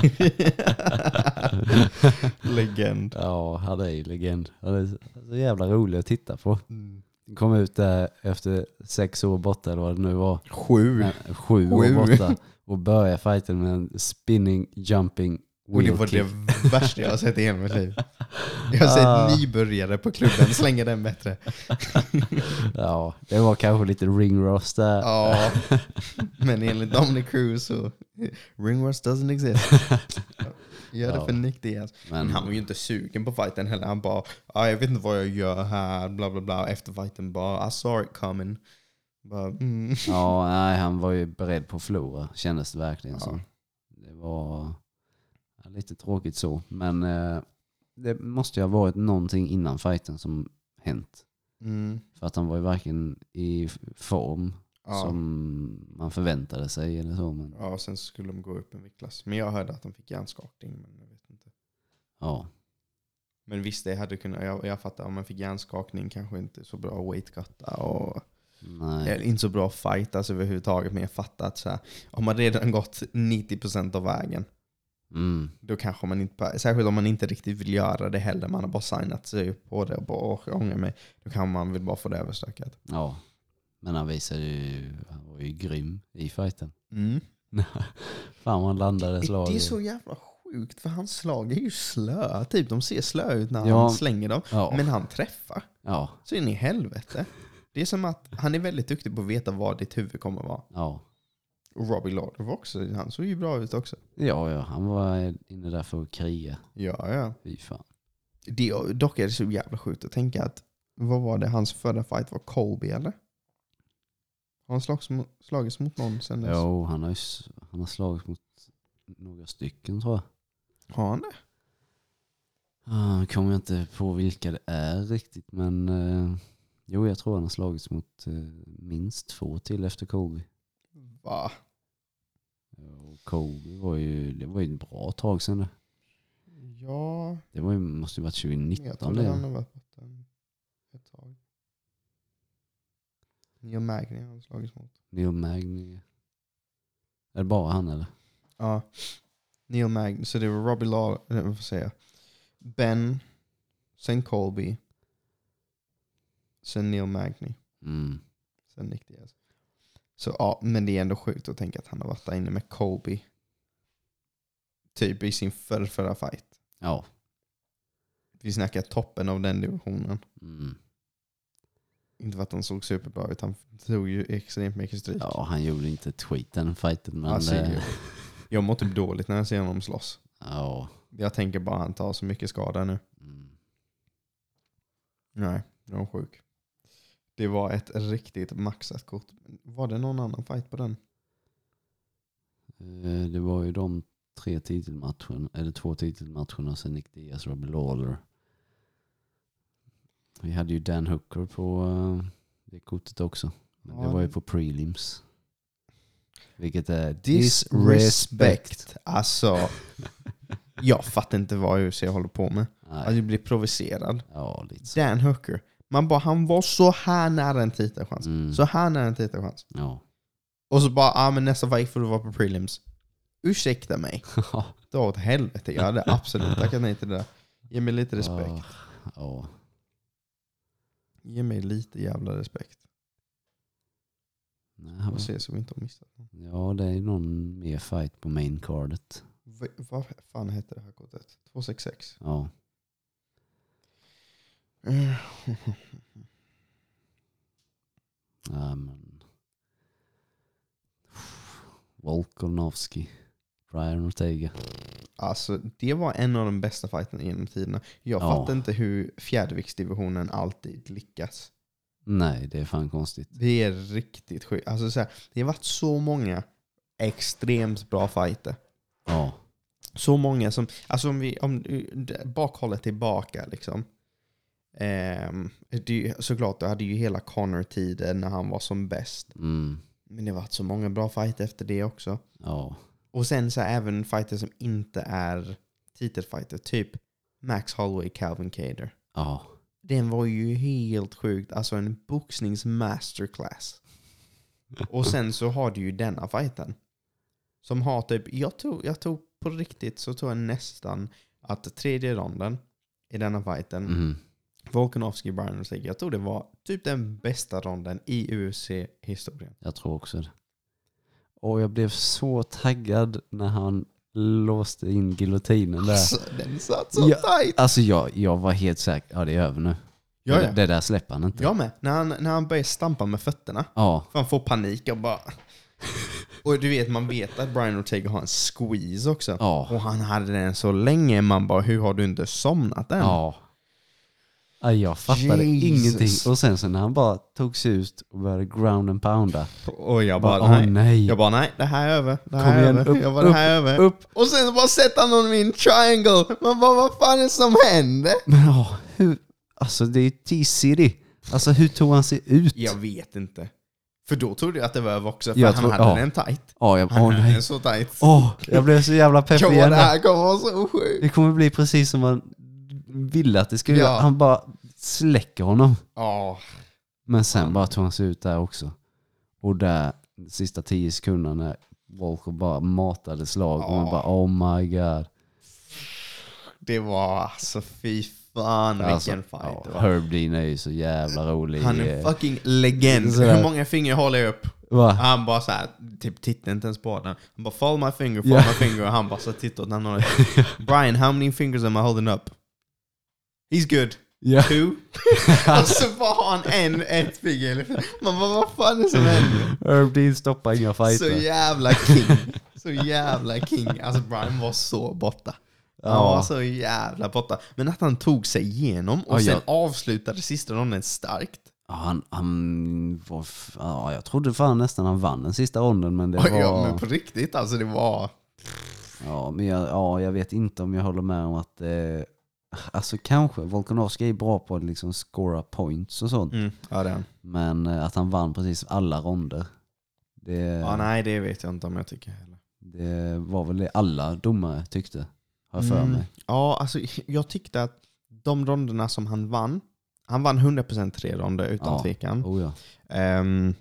Legend. Ja, han är ju legend. Han är så, så jävla rolig att titta på. Mm. Kom ut där efter sex år borta eller vad det nu var. Sju. Nej, sju, Sju. år borta. Och börja fighten med en spinning, jumping Och det wheel var kick. det värsta jag har sett i hela mitt liv. Jag har Ah. sett nybörjare på klubben slänga den bättre. Ja, det var kanske lite ring rust där. Ja, men enligt Dominic Cruz så ring rust doesn't exist. Gör det Ja. för Nick Diaz. Men, Men han var ju inte sugen på fighten heller. Han bara, ah, jag vet inte vad jag gör här, bla bla bla. Efter fighten bara, I saw it coming. Bara, mm. ja, nej, han var ju beredd på att förlora, kändes det verkligen Ja. så. Det var ja, lite tråkigt så. Men eh, det måste ju ha varit någonting innan fighten som hänt. Mm. För att han var ju varken i form Ja. som man förväntade sig eller så. Men, Ja, sen så skulle de gå upp en viktklass. Men jag hörde att de fick hjärnskakning, men jag vet inte. ja. Men visst, det hade kunnat, jag, jag fattar, om man fick hjärnskakning kanske inte så bra weightcutta och Nej. eller inte så bra fight alltså överhuvudtaget. Men jag fattar att så här, om man redan gått nittio procent av vägen, Mm. då kanske man inte, särskilt om man inte riktigt vill göra det heller, man har bara signat sig på det och bara ångar mig, då kan man väl bara få det överstökat. Ja. Men han visade ju, han var ju grym i fighten. Mm. Fan, man landade slag. Det är så jävla sjukt, för hans slag är ju slö. Typ, de ser slö ut när Ja. han slänger dem. Ja. Men han träffar. Ja. Så in i helvete. Det är som att han är väldigt duktig på att veta vad ditt huvud kommer att vara. Ja. Och Robbie Lawler var också, han såg ju bra ut också. Ja, ja, han var inne där för att kriga. Ja, ja. Fy fan. Det, dock är det så jävla sjukt att tänka att, vad var det, hans förra fight var Colby eller? Har han slagits mot, slagits mot någon sen dess? Jo, han har ju s- han har slagits mot några stycken tror jag. Har han det? Ah, kommer jag inte på vilka det är riktigt, men eh, jo, jag tror han har slagits mot eh, minst två till efter Kobe. Va? Och Kobe var ju, det var ju ett bra tag sedan det. Ja, Det var ju, måste ju varit jag tjugonitton trodde det. han har varit borta ett tag. Neil Magny har han slagits mot. Neil Magny. Är det bara han eller? Ja, Neil Magny. Så det var Robbie Lawler, eller vad får säga. Ben, sen Colby, sen Neil Magny, Mm. sen Nick Diaz. Så ja, men det är ändå sjukt att tänka att han har varit där inne med Colby. Typ i sin förra, förra fight. Ja. Vi snackar toppen av den divisionen. Mm. Inte för att han såg superbra ut, han tog ju extremt mycket stryk. Ja, han gjorde inte ett skit den fighten, men Alltså, det, jag, jag mår typ dåligt när jag ser honom slåss. ja. Jag tänker bara han tar så mycket skada nu. Mm. Nej, det var sjuk. Det var ett riktigt maxat kort. Var det någon annan fight på den? Eh, Det var ju de tre titelmatcherna, eller två titelmatcherna sen Nick Diaz, Robbie Lawler. Vi hade ju Dan Hooker på eh, det kortet också. Men Ja, det var ju det- på prelims. Vilket är Disrespect. Alltså, jag fattar inte vad U F C håller på med. Alltså, Nej. jag blir provocerad. Ja, lite så. Dan Hooker. Man bara, han var så här nära en titelchans. Mm. Så här nära en titelchans. Ja. Och så bara, ah, men nästa fight får du vara på prelims. Ursäkta mig. Det var åt helvete. Jag hade absolut tackat nej till det där. Ge mig lite respekt. Ja. Ge mig lite jävla respekt. Nej, Och vad- se så vi inte har missat någon. ja, det är någon mer fight på main cardet. V- vad fan heter det här kortet? två sex sex. Ja. Ja, men... Volkanovski, Brian Ortega. Alltså, det var en av de bästa fighterna genom tiderna. Jag Ja. fattar inte hur fjärdeviktsdivisionen alltid lyckas. Nej, det är fan konstigt. Det är riktigt sjukt. Alltså, så här, det har varit så många extremt bra fighter. Ja. Så många som, alltså om vi, om bakhållet tillbaka liksom. Ehm, det, såklart, du hade ju hela Conor-tiden när han var som bäst. Mm. Men det har varit så många bra fighter efter det också. Ja. Och sen så även fighter som inte är titelfighter. Typ Max Holloway, Calvin Kattar. Ja. Den var ju helt sjukt. Alltså en boxningsmasterclass. Och sen så har du ju denna fighten. Som har typ, jag tog, jag tog på riktigt så tog jag nästan att tredje ronden i denna fighten. Mm. Volkanovski, Brian Ortega. Jag tror det var typ den bästa ronden i U F C-historien. Jag tror också det. Och jag blev så taggad när han låste in giljotinen där. Alltså, den satt så Ja, tight. Alltså jag, jag var helt säker. Ja, det är över nu. Ja, det, ja. det där släpper han inte. Jag med. När han, när han börjar stampa med fötterna. Ja. För han får panik och bara... Och du vet, man vet att Brian Ortega har en squeeze också. Ja. Och han hade den så länge. Man bara, hur har du inte somnat än? Ja. Ja, jag fattade Jesus. ingenting. Och sen så när han bara tog sig ut och började ground and pounda. Och jag bara, Bara, nej. åh, nej. Jag bara, nej, det här är över. Det här Kom är igen, över. upp, jag bara, det här är över. upp. Och sen så bara sätter han honom i en triangle. Man bara, vad fan är det som händer? Men ja, hur... Alltså det är T-City. Alltså hur tog han sig ut? Jag vet inte. För då trodde jag att det var över också. För Jag han tror- hade ja. den tight. Ja, jag, Han åh, hade nej. den så tight. Åh, jag blev så jävla pepp Jag bara, igen. det där. här kommer vara så sjukt. Det kommer bli precis som man ville att det skulle Ja. göra. Han bara släcker honom. Ja. Men sen bara tog han sig ut där också. Och där, de sista tio sekunderna när Volker bara matade slag. Och man Ja. bara, oh my god. Det var alltså, fy fan vilken Alltså, fight ja, det var. Herb Dean är ju så jävla rolig. Han är en fucking legend. Sådär. Hur många fingrar håller jag upp? Va? Han bara så här, typ tittar inte ens på den. Han bara, follow my finger, follow Ja. my finger. Och han bara så tittar åt den andra. Brian, how many fingers am I holding up? He's good. Ja. Two. Och så bara har han en, ett finger. Man bara, vad fan är det som händer? Herb Dean stoppar inga Så fighter. jävla king. Så jävla king. Alltså Brian var så borta. Han Ja. var så jävla borta. Men att han tog sig igenom och Ja, sen ja. avslutade sista ronden starkt. Ja, han, han var... f- Ja, jag trodde fan nästan han vann den sista ronden, men det var... Ja, ja, men på riktigt, alltså det var... Ja, men jag, ja, jag vet inte om jag håller med om att... Eh, alltså kanske, Volkanovski är bra på att liksom scora points och sånt. Mm, ja, det är han. Men eh, att han vann precis alla ronder. Det, Ja, nej, det vet jag inte om jag tycker heller. det var väl det alla domare tyckte. Har jag för Mm. mig. Ja, alltså jag tyckte att de ronderna som han vann, han vann hundra procent tre ronder utan Ja. tvekan. Oh, ja. Um,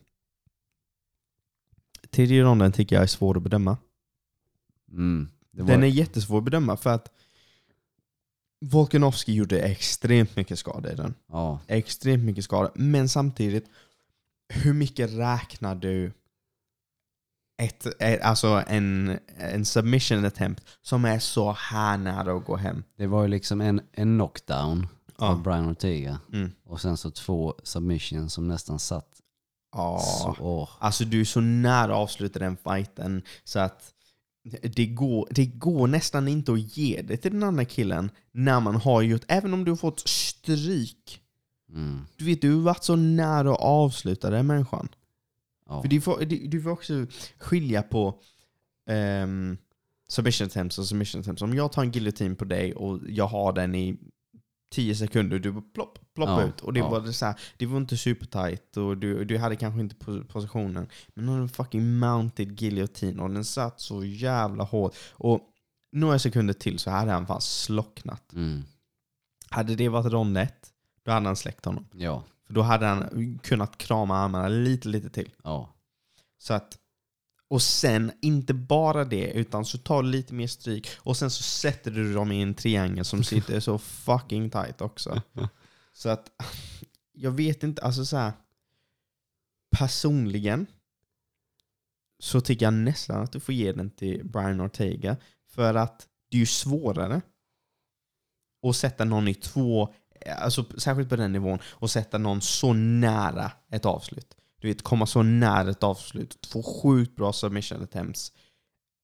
tredje ronden tycker jag är svår att bedöma. Mm. Det var, Den är jättesvår att bedöma för att Volkanovski gjorde extremt mycket skada i den. ja. Extremt mycket skada. Men samtidigt, hur mycket räknar du ett, ett, alltså en, en submission attempt som är så här nära att gå hem? Det var ju liksom en, en knockdown Ja. av Brian Ortega. Mm. Och sen så två submissions som nästan satt. Ja. Så, åh. Alltså du är så nära att avsluta den fighten så att det går, det går nästan inte att ge det till den andra killen när man har gjort, även om du har fått stryk. Mm. Du vet, du har varit så nära att avsluta den människan. Ja. För du får, du, du får också skilja på um, submission attempts och submission attempts. Om jag tar en guillotine på dig och jag har den i tio sekunder, du bara plopp, plopp Ja, ut. Och det ja. var det så här, det var inte supertight och du, du hade kanske inte po- positionen. Men någon fucking mounted guillotine och den satt så jävla hårt. Och några sekunder till så hade han fan slocknat. Mm. Hade det varit rond ett, då hade han släckt honom. Ja. För då hade han kunnat krama armarna lite, lite till. Ja. Så att, och sen inte bara det, utan så tar du lite mer stryk och sen så sätter du dem i en triangel som sitter så fucking tight också. Så att jag vet inte, alltså så här, personligen så tycker jag nästan att du får ge den till Brian Ortega för att det är ju svårare att sätta någon i två, alltså särskilt på den nivån, och sätta någon så nära ett avslut. Du vet, komma så nära ett avslut. Två sjukt bra submission attempts.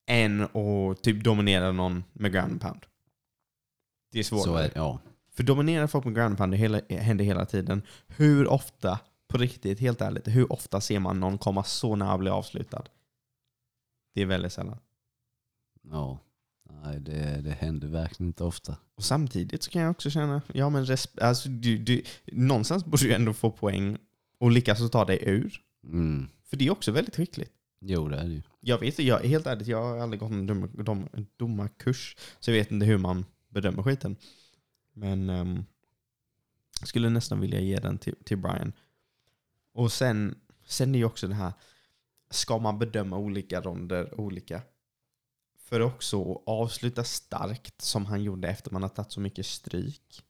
än att typ dominera någon med ground and pound. Det är svårt. Så är, ja. För dominera folk med ground and pound, det hela, händer hela tiden. Hur ofta, på riktigt, helt ärligt, hur ofta ser man någon komma så nära att bli avslutad? Det är väldigt sällan. Ja. Nej, det, det händer verkligen inte ofta. Och samtidigt så kan jag också känna, ja men resp- alltså, du, du, någonstans borde du ändå få poäng och lyckas ta dig ur. Mm. För det är också väldigt skickligt. Jo, det är det ju. Jag vet, jag, helt ärligt, jag har aldrig gått en dom, dom, domarkurs, så jag vet inte hur man bedömer skiten. Men um, skulle nästan vilja ge den till, till Brian. Och sen, sen är ju också det här, ska man bedöma olika ronder olika? För också att avsluta starkt som han gjorde efter man har tagit så mycket stryk.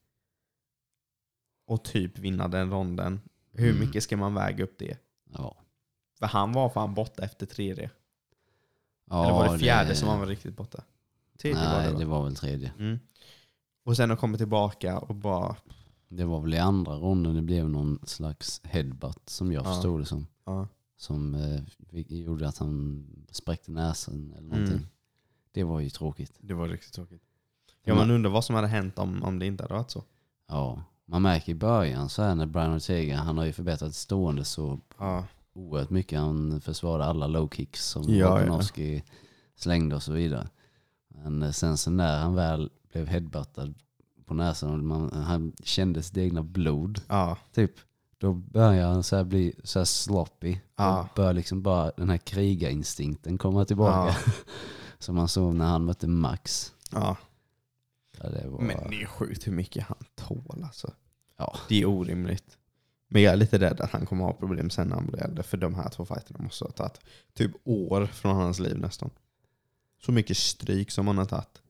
Och typ vinna den ronden. Hur Mm. mycket ska man väga upp det? Ja. För han var fan borta efter tredje. Ja, Eller var det fjärde som han var riktigt borta? Tredje Nej, var det, va? det var väl tredje. Mm. Och sen att komma tillbaka och bara... Det var väl i andra ronden det blev någon slags headbutt som jag Ja. förstod det som. Ja. Som eh, gjorde att han spräckte näsan eller någonting. Mm. Det var ju tråkigt. Det var riktigt tråkigt. Ja, man undrar vad som hade hänt om, om det inte hade varit så. Ja, man märker i början så här när Brian Ortega, han har ju förbättrat stående så Ja. oerhört mycket. Han försvarade alla low kicks som Ja, Volkanovski slängde och så vidare. Men eh, sen så när han väl blev headbuttad på näsan och man, han kände sitt egna blod Ja. typ, då börjar han så här bli så här sloppy. Ja. Och börjar liksom bara den här krigarinstinkten komma tillbaka. Ja. Som man såg när han mötte Max. Ja. Ja, det var... Men det är sjukt hur mycket han tål alltså. Ja. Det är orimligt. Men jag är lite rädd att han kommer ha problem sen när han blir äldre. För de här två fighterna måste ha tagit typ år från hans liv nästan. Så mycket stryk som han har tagit.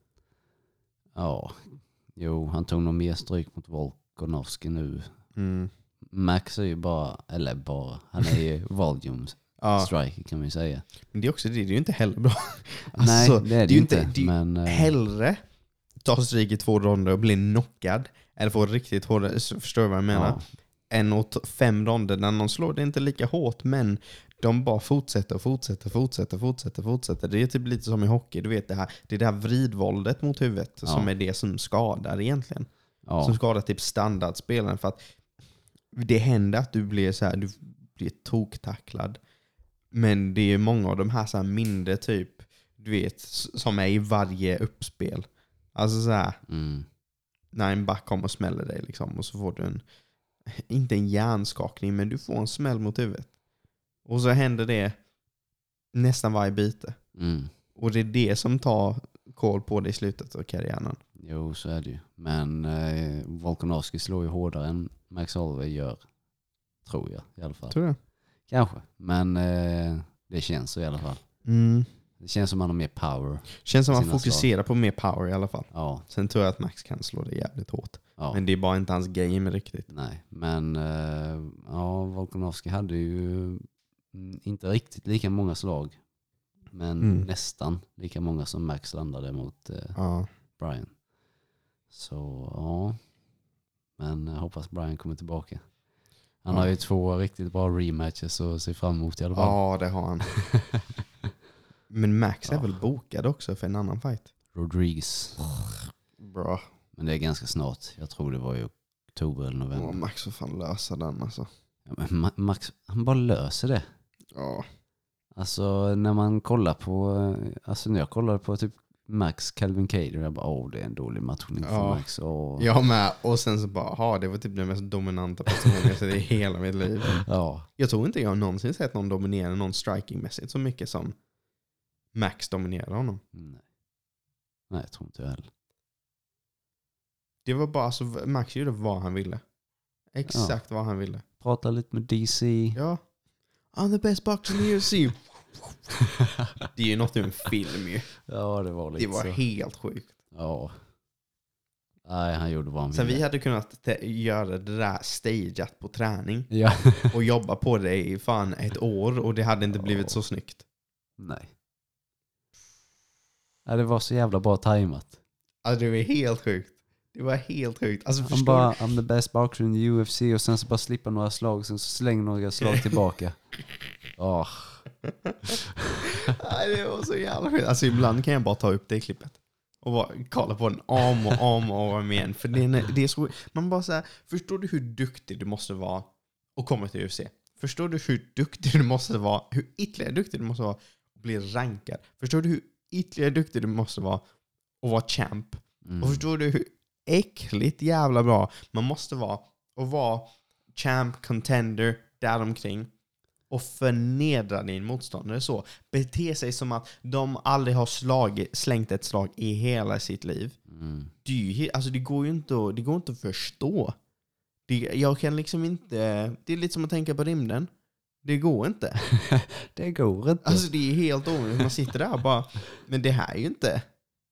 Ja. Jo, han tog nog mer stryk mot Volkanovski nu. Mm. Max är ju bara, eller bara, han är ju volume Ja. striker kan man ju säga. Men det är också det, det är ju inte heller bra. Nej, det är det ju inte. det är ju men, eh, hellre ta stryk i två ronder och bli knockad. Eller få riktigt hårda, förstår du vad jag menar? ja. Än åt fem ronder när någon slår det inte lika hårt, men de bara fortsätter och fortsätter, fortsätter, fortsätter, fortsätter. Det är typ lite som i hockey, du vet det här, det är det här vridvåldet mot huvudet Ja. som är det som skadar egentligen. Ja. Som skadar typ standardspelaren, för att det händer att du blir så här, du blir toktacklad. Men det är många av de här så här mindre typ, du vet, som är i varje uppspel. Alltså så här, Mm. när en back kommer och smäller dig liksom, och så får du en, inte en hjärnskakning, men du får en smäll mot huvudet. Och så händer det nästan varje byte. Mm. Och det är det som tar koll på det i slutet av karriären. Jo, så är det ju. Men eh, Volkanovski slår ju hårdare än Max Holloway gör. Tror jag i alla fall. Tror du? Kanske. Men eh, det känns så i alla fall. Mm. Det känns som att han har mer power. Känns som att han Sina fokuserar på mer power i alla fall. Ja, Sen tror jag att Max kan slå det jävligt hårt. ja. Men det är bara inte hans game riktigt. Nej, men eh, ja, Volkanovski hade ju mm, inte riktigt lika många slag. Men Mm. nästan lika många som Max landade mot eh, Ja. Brian. Så ja. Men jag hoppas Brian kommer tillbaka. Han Ja. har ju två riktigt bra rematches att se fram emot i alla fall. Ja, det har han. Men Max är Ja. väl bokad också för en annan fight? Rodriguez. Bra. Men det är ganska snart. Jag tror det var i oktober eller november. Ja, Max får fan lösa den alltså. Ja, men Ma- Max, han bara löser det. Ja. Alltså när man kollar på, alltså när jag kollade på typ Max Calvin Cater, jag bara åh det är en dålig matchning för Ja. Max. Och, Jag med. Och sen så bara, ha det var typ den mest dominanta personen jag sett i hela mitt liv. ja. Jag tror inte jag någonsin sett någon dominera någon strikingmässigt så mycket som Max dominerade honom. Nej. Nej, jag tror inte jag heller. Det var bara så, Max gjorde vad han ville. Exakt vad han ville. Prata lite med D C. Ja. I'm the best boxer in the U F C. Det är ju något ur en film ju. Ja, det var lite Det var så. helt sjukt. Ja. Nej, han gjorde vad han Sen ville. vi hade kunnat te- göra det där stageat på träning Ja. och jobba på det i fan ett år och det hade inte blivit så snyggt. Nej. Ja, det var så jävla bra tajmat. Alltså det var helt sjukt. Det var helt sjukt. Alltså Han förstår bara, I'm the best boxer in the U F C och sen så bara slippa några slag och sen så slänger några slag tillbaka. Åh. Nej, det var så jävla skit. Alltså ibland kan jag bara ta upp det klippet och bara kolla på den om och om och om igen. För det är, det är så, man bara så här, förstår du hur duktig du måste vara och komma till U F C? Förstår du hur duktig du måste vara, hur ytterligare duktig du måste vara och bli rankad? Förstår du hur ytterligare duktig du måste vara och vara champ? Mm. Och förstår du hur äckligt jävla bra man måste vara och vara champ, contender, däromkring och förnedra din motståndare så. Bete sig som att de aldrig har slagit, slängt ett slag i hela sitt liv. Mm. Det, alltså det går ju inte att, det går inte att förstå. Det, jag kan liksom inte... Det är lite som att tänka på rymden. Det går inte. Det går inte. Alltså det är helt omöjligt. Man sitter där och bara... Men det här är ju inte...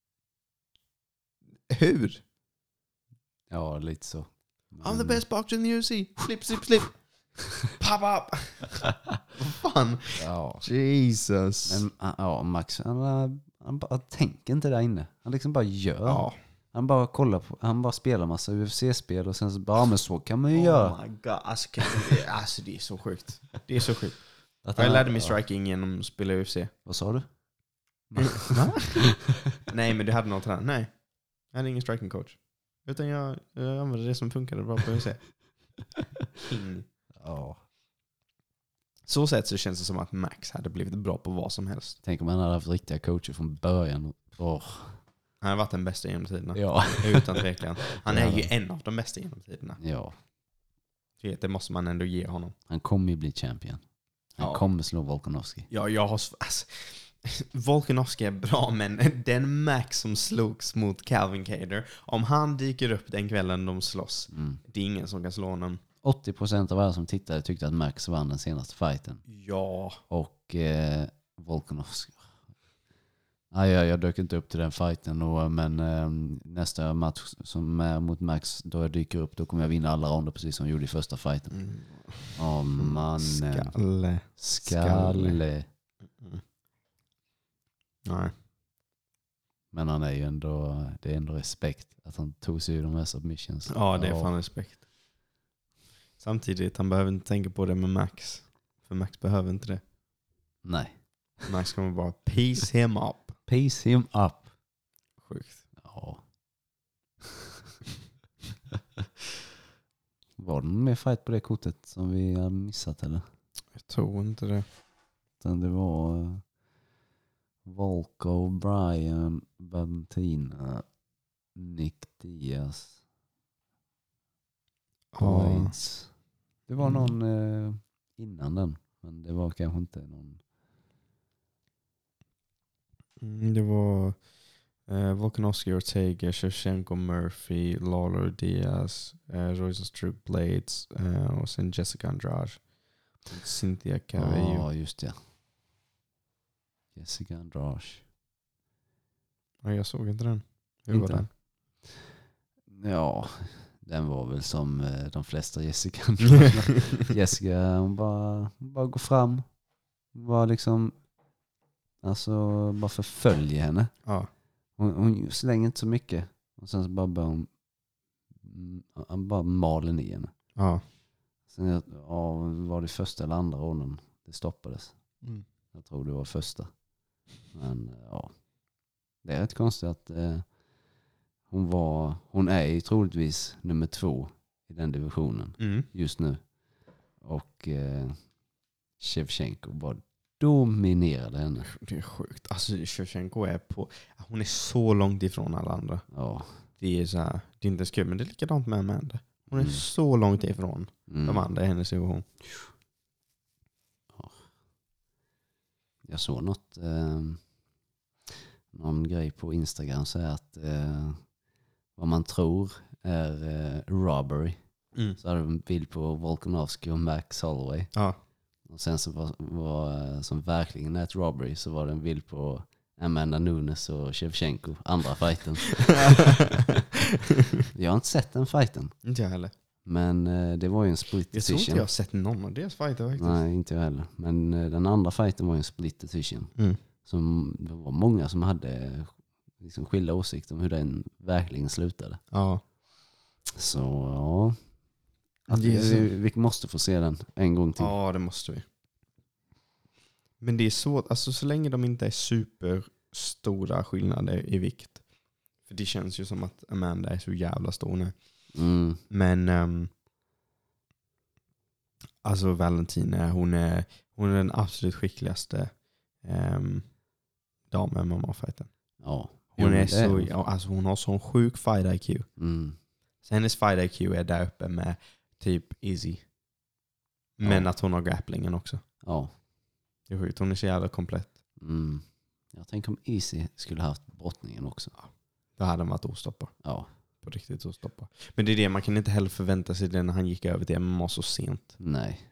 Hur? Ja, lite så. Men... I'm the best boxer in the U F C. Slip, slip, slip. Pop up. Vad fan? Ja. Jesus. Men ja, Max, han, han bara tänker inte där inne. Han liksom bara gör. Ja. Han bara kollar på, han bara spelar massa U F C-spel och sen så bara, ja, men så kan man ju Oh göra. my god. Alltså, kan det, alltså det är så sjukt. Det är så sjukt. Att Jag han- lärde mig ja. striking genom att spela U F C. Vad sa du? Va? Nej, men du hade något här. Nej. Jag hade ingen striking coach. Utan jag, jag använde det som funkade bra på U F C. King. Ja. Så sätt så känns det som att Max hade blivit bra på vad som helst. Tänk om han hade haft riktiga coacher från början. Åh. Han har varit den bästa genom tiderna. Ja. Utan tvekan. Han är Ja. ju en av de bästa genom tiderna. Ja. Det måste man ändå ge honom. Han kommer ju bli champion. Han Ja. kommer slå Volkanovski. Ja, jag har... Alltså, Volkanovski är bra, men den Max som slogs mot Calvin Kattar, om han dyker upp den kvällen de slåss, Mm. det är ingen som kan slå honom. åttio procent av alla som tittade tyckte att Max vann den senaste fighten. Ja. Och eh, Volkanovski. Ja, jag, jag dök inte upp till den fighten. Och, men eh, nästa match som är mot Max, då jag dyker upp, då kommer jag vinna alla ronder precis som jag gjorde i första fighten. Mm. Åh mannen. Skalle. Skalle. Mm. Nej. Men han är ju ändå, det är ändå respekt att han tog sig ur de här submissions. Ja, det är fan respekt. Samtidigt, han behöver inte tänka på det med Max. För Max behöver inte det. Nej. Max kommer bara piece him up. Pace him up. Sjukt. Ja. Var det någon mer fight på det kortet som vi har missat eller? Jag tror inte det. Utan det var uh, Volko, Brian, Valentina, Nick Diaz, Ja. Points. Det var någon uh, innan den. Men det var kanske inte någon. Mm, det var eh, Volkanovski, Ortega, Shevchenko, Murphy, Lawler, Diaz, eh, Royce Struck Blades eh, och sen Jessica Andrade. Cynthia Cavallo. Ja, just det. Jessica Andrade. Ja, jag såg inte den. Hur Inte var den? Ja, den var väl som eh, de flesta Jessica Andrade. Jessica, hon bara, hon bara går fram. Hon bara liksom, alltså bara förföljer henne. Ja. Hon, hon slänger inte så mycket. Och sen så bara börjar hon, mm, han bara maler ner henne. Ja. Sen ja, var det första eller andra ronden det stoppades. Mm. Jag tror det var första. Men ja, det är rätt konstigt att eh, hon var, hon är ju troligtvis nummer två i den divisionen Mm. just nu. Och eh, Shevchenko bara dominerade henne. Det är sjukt. Alltså Shevchenko är på... Hon är så långt ifrån alla andra. Ja. Det är så här, det är inte skul, men det är likadant med Amanda. Hon är Mm. så långt ifrån Mm. de andra i hennes division. Jag såg något eh, någon grej på Instagram så är att eh, vad man tror är eh, robbery. Mm. Så hade de en bild på Volkanovski och Max Holloway. Ja. Och sen så var, var som verkligen ett robbery så var det en bild på Amanda Nunes och Shevchenko, andra fighten. Jag har inte sett den fighten. Inte jag heller. Men eh, det var ju en split Jag tror decision. inte jag har sett någon av deras fighter faktiskt. Nej, inte jag heller. Men eh, den andra fighten var ju en split decision. Mm. Som, det var många som hade liksom skilda åsikter om hur den verkligen slutade. Ja. Så ja. Att Det är vi, så- vi, vi måste få se den en gång till. Ja, det måste vi. Men det är svårt, alltså så länge de inte är superstora skillnader i vikt. För det känns ju som att Amanda är så jävla stor nu. Mm. Men um, alltså Valentina, hon är, hon är den absolut skickligaste um, damen med M M A-fighten. Ja. Hon Jo, är det så, hon. ja, alltså hon har sån sjuk fight I Q. Mm. Så hennes fight I Q är där uppe med typ Easy. Men Ja. att hon har grapplingen också. Ja. Det är sjukt, hon är så jävla komplett. Mm. Jag tänker om Easy skulle haft brottningen också. Då hade han varit ostoppbar. Ja. På riktigt ostoppbar. Men det är det, man kan inte heller förvänta sig det när han gick över till M M A så sent. Nej.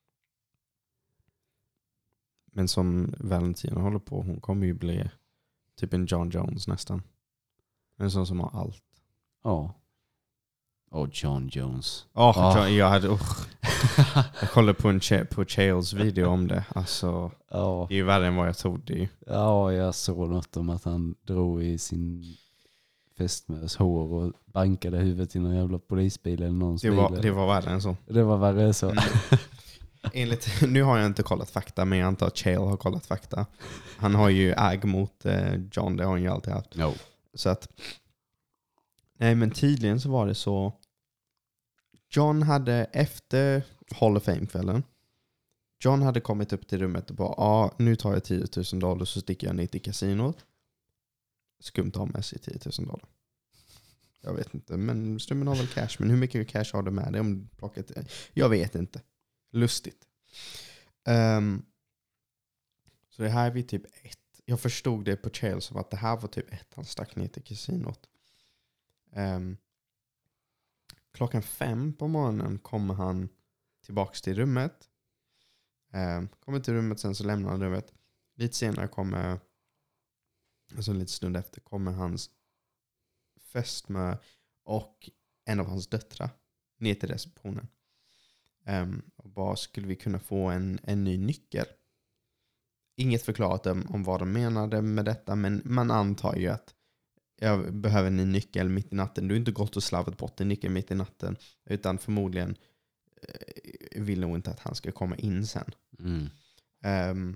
Men som Valentina håller på, hon kommer ju bli typ en John Jones nästan. En sån som har allt. Ja. Och John Jones. Oh, Ah. John, jag hade... Uh, jag kollade på en Ch- på Chaels video om det. Alltså, Ja. det är ju värre än vad jag trodde ju. Ja, jag såg något om att han drog i sin fästmös hår och bankade huvudet i någon jävla polisbil eller någons Det var, bil. det var värre än så. Det var värre så. Mm. Enligt, nu har jag inte kollat fakta, men jag antar att Chael har kollat fakta. Han har ju äg mot eh, John, det har han ju alltid haft. No. Så att, nej men tydligen så var det så. John hade efter Hall of Fame-kvällen, John hade kommit upp till rummet och bara, ja ah, nu tar jag tio tusen dollar så sticker jag ner till kasinot. Skumt har med sig tio tusen dollar. Jag vet inte, men Strömmen har väl cash. Men hur mycket cash har du med dig om du plockar till? Jag vet inte. Lustigt. Um, så det här är vi typ ett. Jag förstod det på Chael som att det här var typ ett. Han stack ner till kasinot. Um, klockan fem på morgonen kommer han tillbaks till rummet. Um, kommer till rummet, sen så lämnar han rummet. Lite senare kommer, alltså lite stund efter, kommer hans fästmö och en av hans döttrar ner till receptionen. Um, och bara, skulle vi kunna få en, en ny nyckel? Inget förklarat om, om vad de menade med detta, men man antar ju att jag behöver en ny nyckel mitt i natten. Du har inte gått och slavat bort en nyckel mitt i natten, utan förmodligen eh, vill nog inte att han ska komma in sen. Mm. Um,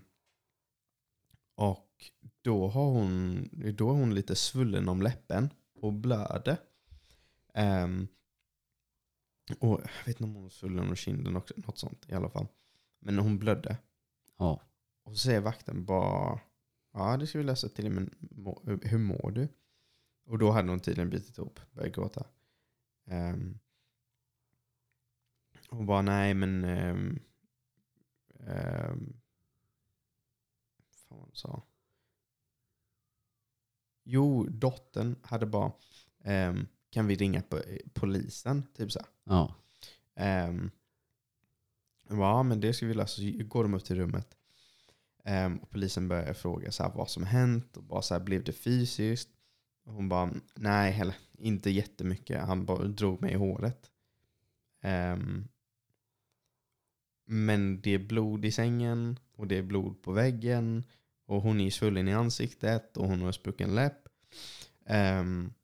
och då har hon då är hon lite svullen om läppen och blöder. Um, och jag vet inte om hon är svullen om kinden också, något sånt i alla fall. Men hon blödde. Ja. Och så säger vakten bara, ja det ska vi lösa till dig, men må, hur mår du? Och då hade hon tydligen bitit ihop, börjat gråta. Um, hon bara, nej men um, um, fan vad hon sa. Jo, dottern hade bara, um, kan vi ringa på polisen? Typ så här. Ja. Um, ja, men det ska vi lösa. Så går de upp till rummet. Um, och polisen börjar fråga så här, vad som hänt. Och bara så här, blev det fysiskt? Och hon bara, nej, heller, inte jättemycket. Han bara drog mig i håret. Um, men det är blod i sängen. Och det är blod på väggen. Och hon är svullen i ansiktet. Och hon har sprucken läpp. Um,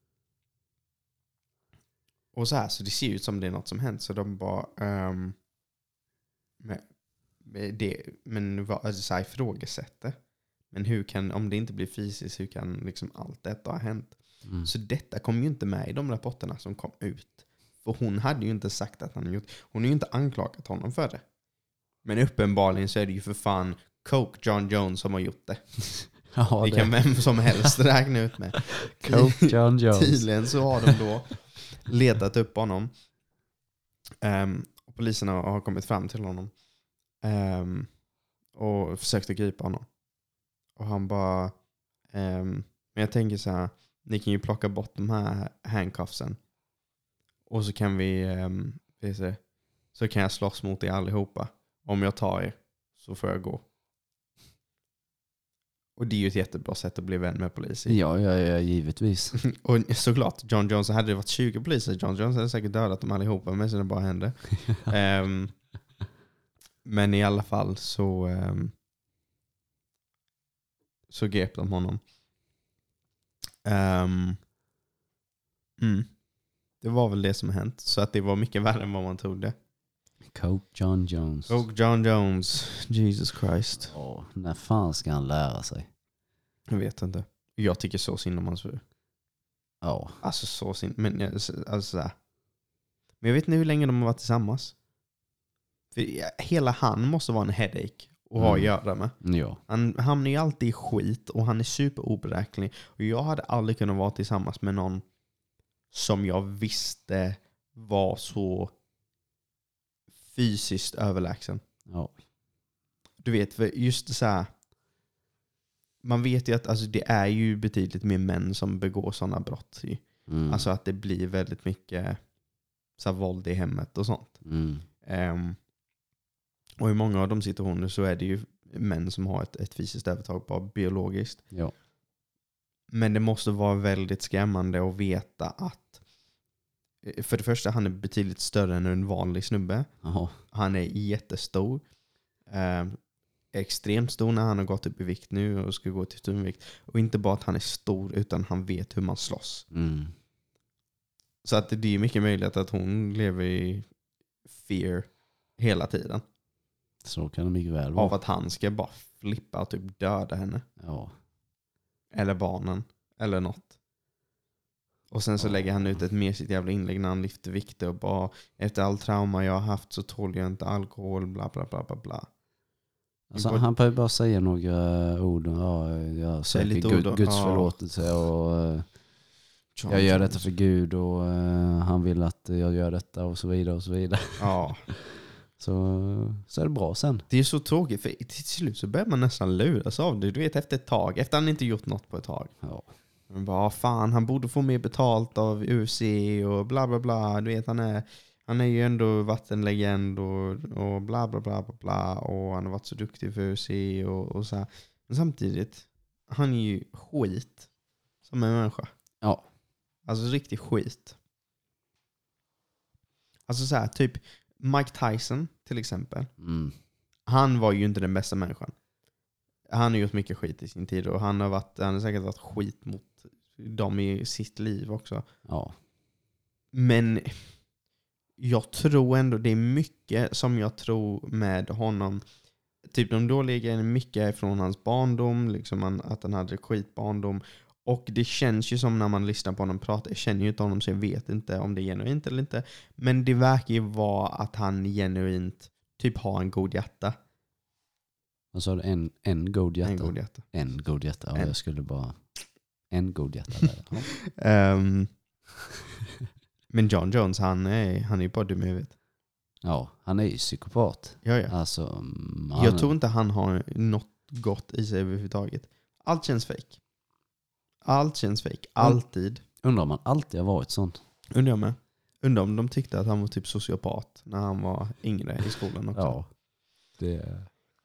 och så här, så det ser ut som det är något som hänt. Så de bara, um, med, med det, men vad, alltså så här, ifrågasätter. Men hur kan, om det inte blir fysiskt, hur kan liksom allt detta ha hänt? Mm. Så detta kom ju inte med i de rapporterna som kom ut. För hon hade ju inte sagt att han gjort, hon har ju inte anklagat honom för det. Men uppenbarligen så är det ju för fan Coke John Jones som har gjort det. Ja, det det kan vem som helst räkna ut med. Coke John Jones. Tydligen så har de då letat upp honom. Um, och poliserna har kommit fram till honom. Um, och försökte gripa honom. Och han bara, um, men jag tänker så här, ni kan ju plocka bort de här handcuffsen. Och så kan vi, um, se, så kan jag slåss mot er allihopa. Om jag tar er så får jag gå. Och det är ju ett jättebra sätt att bli vän med poliser. Ja, ja, ja, givetvis. Och såklart, John Jones, hade det varit tjugo poliser, John Jones hade säkert dödat dem allihopa med sina bara händer. um, men i alla fall så um, så grep de honom. Um, mm. Det var väl det som hänt. Så att det var mycket värre än vad man trodde. Coke John Jones. Och John Jones. Jesus Christ. Åh, när fan ska han lära sig? Jag vet inte. Jag tycker så synd om hans fru. Ja. Alltså så synd. Men, jag- alltså, så här. Men jag vet inte hur länge de har varit tillsammans. För hela han måste vara en headache att ha att Mm. göra med. Ja. Han hamnar ju alltid i skit och han är superoberäknelig. Och jag hade aldrig kunnat vara tillsammans med någon som jag visste var så fysiskt överlägsen. Ja. Du vet, för just så här. Man vet ju att alltså, det är ju betydligt mer män som begår sådana brott. Ju. Mm. Alltså att det blir väldigt mycket så här, våld i hemmet och sånt. Mm. Um, och i många av de situationer så är det ju män som har ett, ett fysiskt övertag bara biologiskt. Ja. Men det måste vara väldigt skrämmande att veta att för det första, han är betydligt större än en vanlig snubbe. Jaha. Han är jättestor. Um, extremt stor när han har gått upp i vikt nu och ska gå till tungvikt. Och inte bara att han är stor utan han vet hur man slåss. Mm. Så att det är mycket möjligt att hon lever i fear hela tiden. Så kan det mycket väl vara. Av att han ska bara flippa och typ döda henne. Ja. Eller barnen. Eller något. Och sen så Ja. lägger han ut ett mesigt jävla inlägg när han lyfter vikter och bara efter all trauma jag har haft så tål jag inte alkohol, bla bla bla bla bla. Alltså, går- han behöver bara säga några ord. Ja, jag Säg söker lite Gud, ord, Guds ja. förlåtelse och eh, John jag gör Jones. detta för Gud och eh, han vill att jag gör detta och så vidare och så vidare. Ja. Så, så är det bra sen. Det är så tråkigt för till slut så börjar man nästan luras av det. Du vet efter ett tag. Efter han inte gjort något på ett tag. Ja. Man bara, "Ah, fan han borde få mer betalt av U F C och bla bla bla. Du vet han är, han är ju ändå vattenlegend och, och bla bla bla bla bla. Och han har varit så duktig för U F C och, och så här. Men samtidigt, han är ju skit som en människa. Ja. Alltså riktigt skit. Alltså så här, typ Mike Tyson till exempel. Mm. Han var ju inte den bästa människan. Han har gjort mycket skit i sin tid och han har, varit, han har säkert varit skit mot dem i sitt liv också. Ja. Men jag tror ändå det är mycket som jag tror med honom. Typ de dåliga grejerna, mycket från hans barndom, liksom han, att han hade skitbarndom. Och det känns ju som när man lyssnar på honom prata, jag känner ju inte honom så jag vet inte om det är genuint eller inte. Men det verkar ju vara att han genuint typ har en god hjärta. Vad sa du? En, en god hjärta? En god hjärta. En god hjärta. Ja, En. jag skulle bara... En god hjärta där. Ja. Ehm, men John Jones, han är, han är ju bara dum i huvudet. Ja, han är ju psykopat. Ja, ja. Alltså, mm, han, Jag tror inte han har något gott i sig överhuvudtaget. Allt känns fake. Allt känns fake. Alltid. Undrar om han alltid har varit sån. Undrar jag med. Undrar om de tyckte att han var typ sociopat när han var yngre i skolan också. Ja. Det...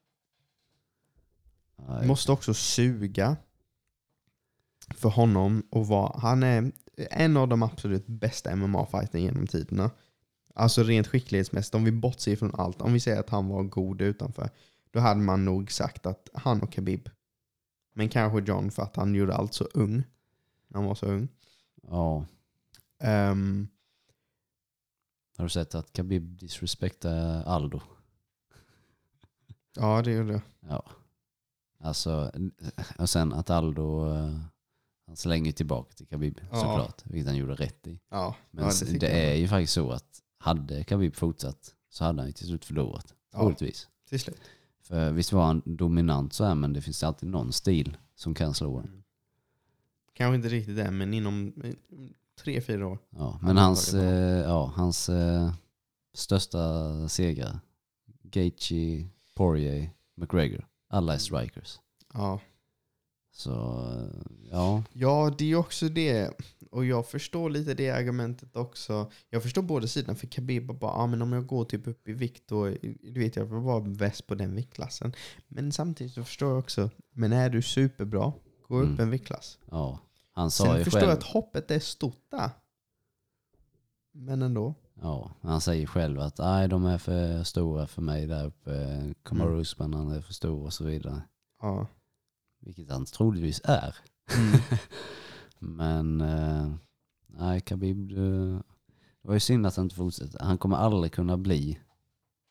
Nej. Måste också suga för honom och vara, han är en av de absolut bästa M M A-fighterna genom tiderna. Alltså rent skicklighetsmässigt, om vi bortser från allt, om vi säger att han var god utanför, då hade man nog sagt att han och Khabib. Men kanske John för att han gjorde allt så ung. När han var så ung. Ja. Um, Har du sett att Khabib disrespektar Aldo? ja, det gjorde jag. Ja. Alltså, och sen att Aldo eh, han slänger tillbaka till Khabib Ja. såklart, vilket han gjorde rätt i. Ja, Men ja, det, tycker det jag. är ju faktiskt så att hade Khabib fortsatt så hade han ju till slut förlorat. Ja. Troligtvis. Till slut. För visst var han dominant så här, men det finns alltid någon stil som kan slå en. Mm. Kanske inte riktigt det, men inom eh, tre, fyra år. Ja, Han men har hans, tagit eh, ja, hans eh, största segrar, Gaethje, Poirier, McGregor, alla är strikers. Ja. Så eh, ja, Ja, det är också det. Och jag förstår lite det argumentet också. Jag förstår båda sidorna. För Khabib bara, ah, men om jag går typ upp i vikt då, du vet jag får vara bäst på den viktklassen. Men samtidigt så förstår jag också, men är du superbra, gå upp Mm. en viktklass. ja. Han sa Sen ju förstår själv, jag att hoppet är stort där. Men ändå. ja, han säger själv att nej, de är för stora för mig där uppe. Kamaru Mm. Usman, han är för stor och så vidare. Ja. Vilket han troligtvis är. Mm. Men eh, nej, Khabib, du, det var ju synd att han inte fortsätter. Han kommer aldrig kunna bli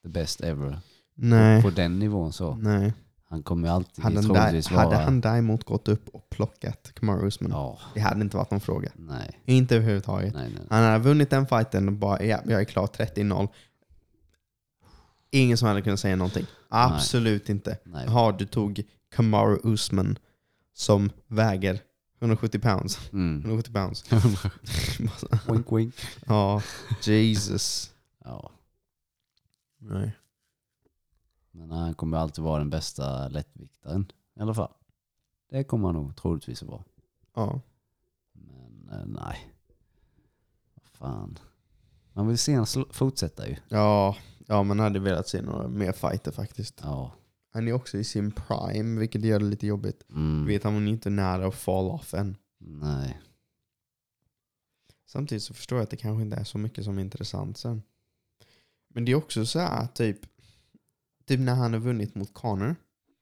the best ever. Nej. På, på den nivån så. Nej. Han kommer ju alltid Hade, troligtvis där, vara... hade han däremot gått upp och plockat Kamaru Usman, Ja, det hade inte varit någon fråga. nej. Inte överhuvudtaget. Nej, nej. Han hade vunnit den fighten och bara, ja, jag är klar trettio noll. Ingen som hade kunnat säga någonting. Absolut inte. Nej. Jaha, du tog Kamaru Usman som väger hundrasjuttio pounds. Mm. hundrasjuttio pounds. Wink, wink. Ja, Jesus. Ja. Nej. Men han kommer alltid vara den bästa lättviktaren. I alla fall. Det kommer han nog troligtvis att vara. Ja. Men eh, nej. Vad fan. Man vill se han sl- fortsätta ju. Ja, ja, man hade velat se några mer fighter faktiskt. Ja. Han är också i sin prime, vilket gör det lite jobbigt. Mm. Vet han inte nära att fall off än. Nej. Samtidigt så förstår jag att det kanske inte är så mycket som är intressant sen. Men det är också så här, typ, typ när han har vunnit mot Conor.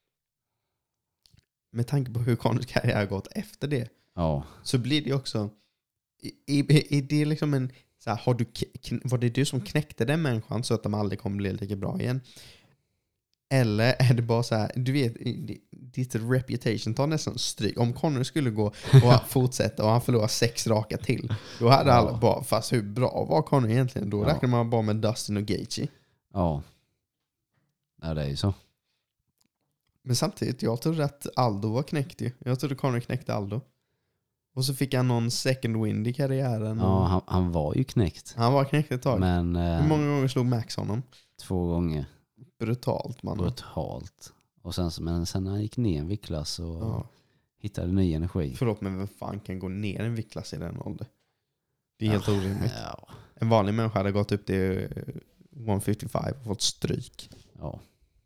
Med tanke på hur Conors karriär har gått efter det. Ja. Så blir det också, är, är det liksom en, så här, har du, var det du som knäckte den människan så att de aldrig kommer bli lika bra igen? Eller är det bara så här, du vet, ditt reputation tar nästan stryk. Om Conor skulle gå och fortsätta och han förlorar sex raka till, då hade Ja. alla bara, fast hur bra var Conor egentligen? Då Ja. räknar man bara med Dustin och Gaethje. Ja. Ja, det är ju så. Men samtidigt, jag trodde att Aldo var knäckt ju. Jag trodde Conor knäckte Aldo. Och så fick han någon second wind i karriären. Ja, han, han var ju knäckt. Han var knäckt ett tag. Men eh, Hur många gånger slog Max honom? två gånger. Brutalt, man. Brutalt. Och sen, men sen när han gick ner en viktklass och Ja. hittade ny energi. Förlåt, men vem fan kan gå ner en viktklass i den åldern? Det är helt orimligt. Ja. En vanlig människa hade gått upp till etthundrafemtiofem och fått stryk. Ja.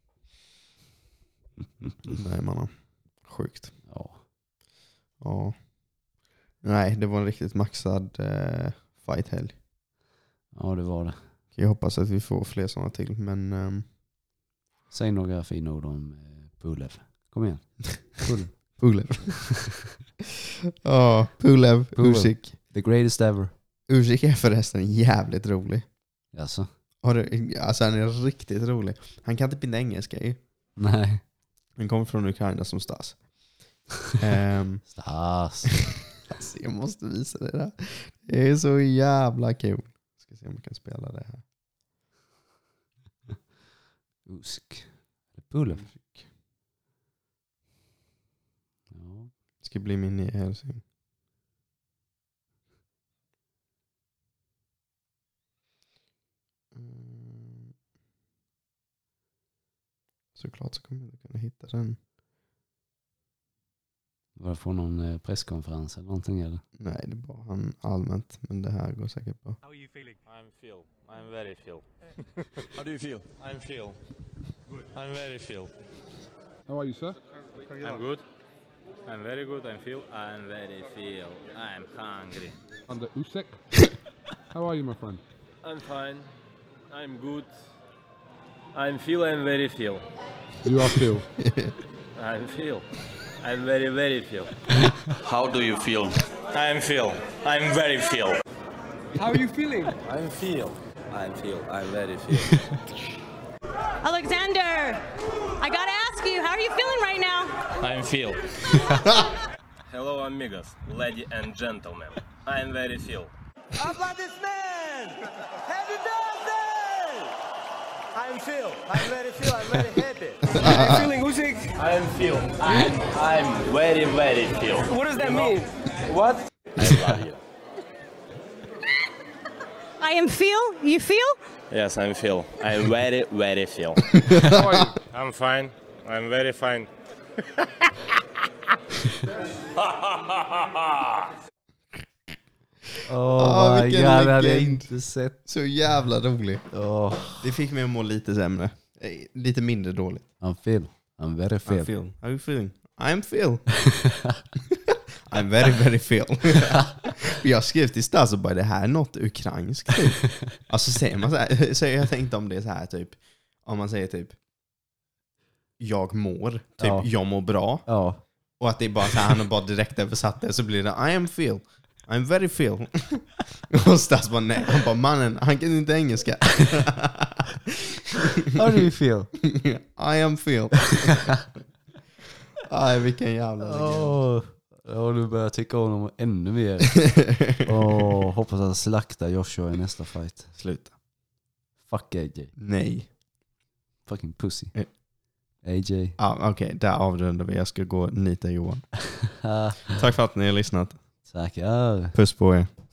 Nej, man. Sjukt. Ja. Ja. Nej, det var en riktigt maxad eh, fight-helg. Ja, det var det. Jag hoppas att vi får fler sådana till, men... ehm, Säg några fina ord om eh, Pulev. Kom igen. Pulev. Pulev. Ja, Pulev, Pulev. Usyk. The greatest ever. Usyk är förresten jävligt rolig. Alltså. Har du, alltså han är riktigt rolig. Han kan typ inte engelska ju. Nej. Han kommer från Ukraina som Stas. um, Stas. alltså, jag måste visa det där. Det är så jävla kul. Ska se om jag kan spela det här. Usk. Pulev. Ja. Ska bli min nya hälsning. Mm. Såklart så kommer jag inte kunna hitta den. Var det från någon eh, presskonferens eller någonting eller? Nej, det är bara han allmänt. Men det här går säkert bra. How are you feeling? I'm feel. I'm very feel. How do you feel? I'm feel. Good. I'm very feel. How are you, sir? I'm good. I'm very good. I'm feel. I'm very feel. I'm hungry. Under Usyk. How are you, my friend? I'm fine. I'm good. I'm feel. I'm very feel. You are Phil. I'm feel. I'm very very feel. How do you feel? I'm feel. I'm very feel. How are you feeling? I'm feel. I'm feel. I'm very feel. Alexander, I gotta ask you, how are you feeling right now? I'm feel. Hello, amigos, ladies and gentlemen. I'm very feel. How about this man? Happy birthday! I'm Phil. I'm very Phil. I'm very happy. I'm feeling Usyk. I'm feel. I'm I'm very very feel. What does that mean? What? I love you. I am feel. You feel? Yes, I'm feel. I'm very very feel. How are you? I'm fine. I'm very fine. Åh, Ah, my vilken God, det hade jag legend. inte sett. Så jävla rolig. Åh. Det fick mig att må lite sämre. Eh, Lite mindre dåligt. I'm Phil. I'm very Phil. I'm Phil. How are you feeling? I'm Phil. I'm very, very Phil. Jag skrev till Stas och bara, det här är något ukrainskt typ. Alltså säger man så här, så jag tänkte om det är så här typ, om man säger typ, jag mår, typ Ja. jag mår bra. Ja. Och att det är bara så här, han har bara direkt översatt det, så blir det I am Phil. I'm very Phil. Och Stas bara, nej. Han bara, mannen, han kan inte engelska. How do you feel? I am Phil. Aj, vilken jävla legend. Åh, ja, du börjar tycka om honom ännu mer. Åh, hoppas att han slaktar Joshua i nästa fight. Sluta. Fuck A J. Nej. Fucking pussy. Eh. A J. Ah, Okej, okay, där avrundar vi. Jag ska gå och nita Johan. Tack för att ni har lyssnat. Tackar. Puss på er.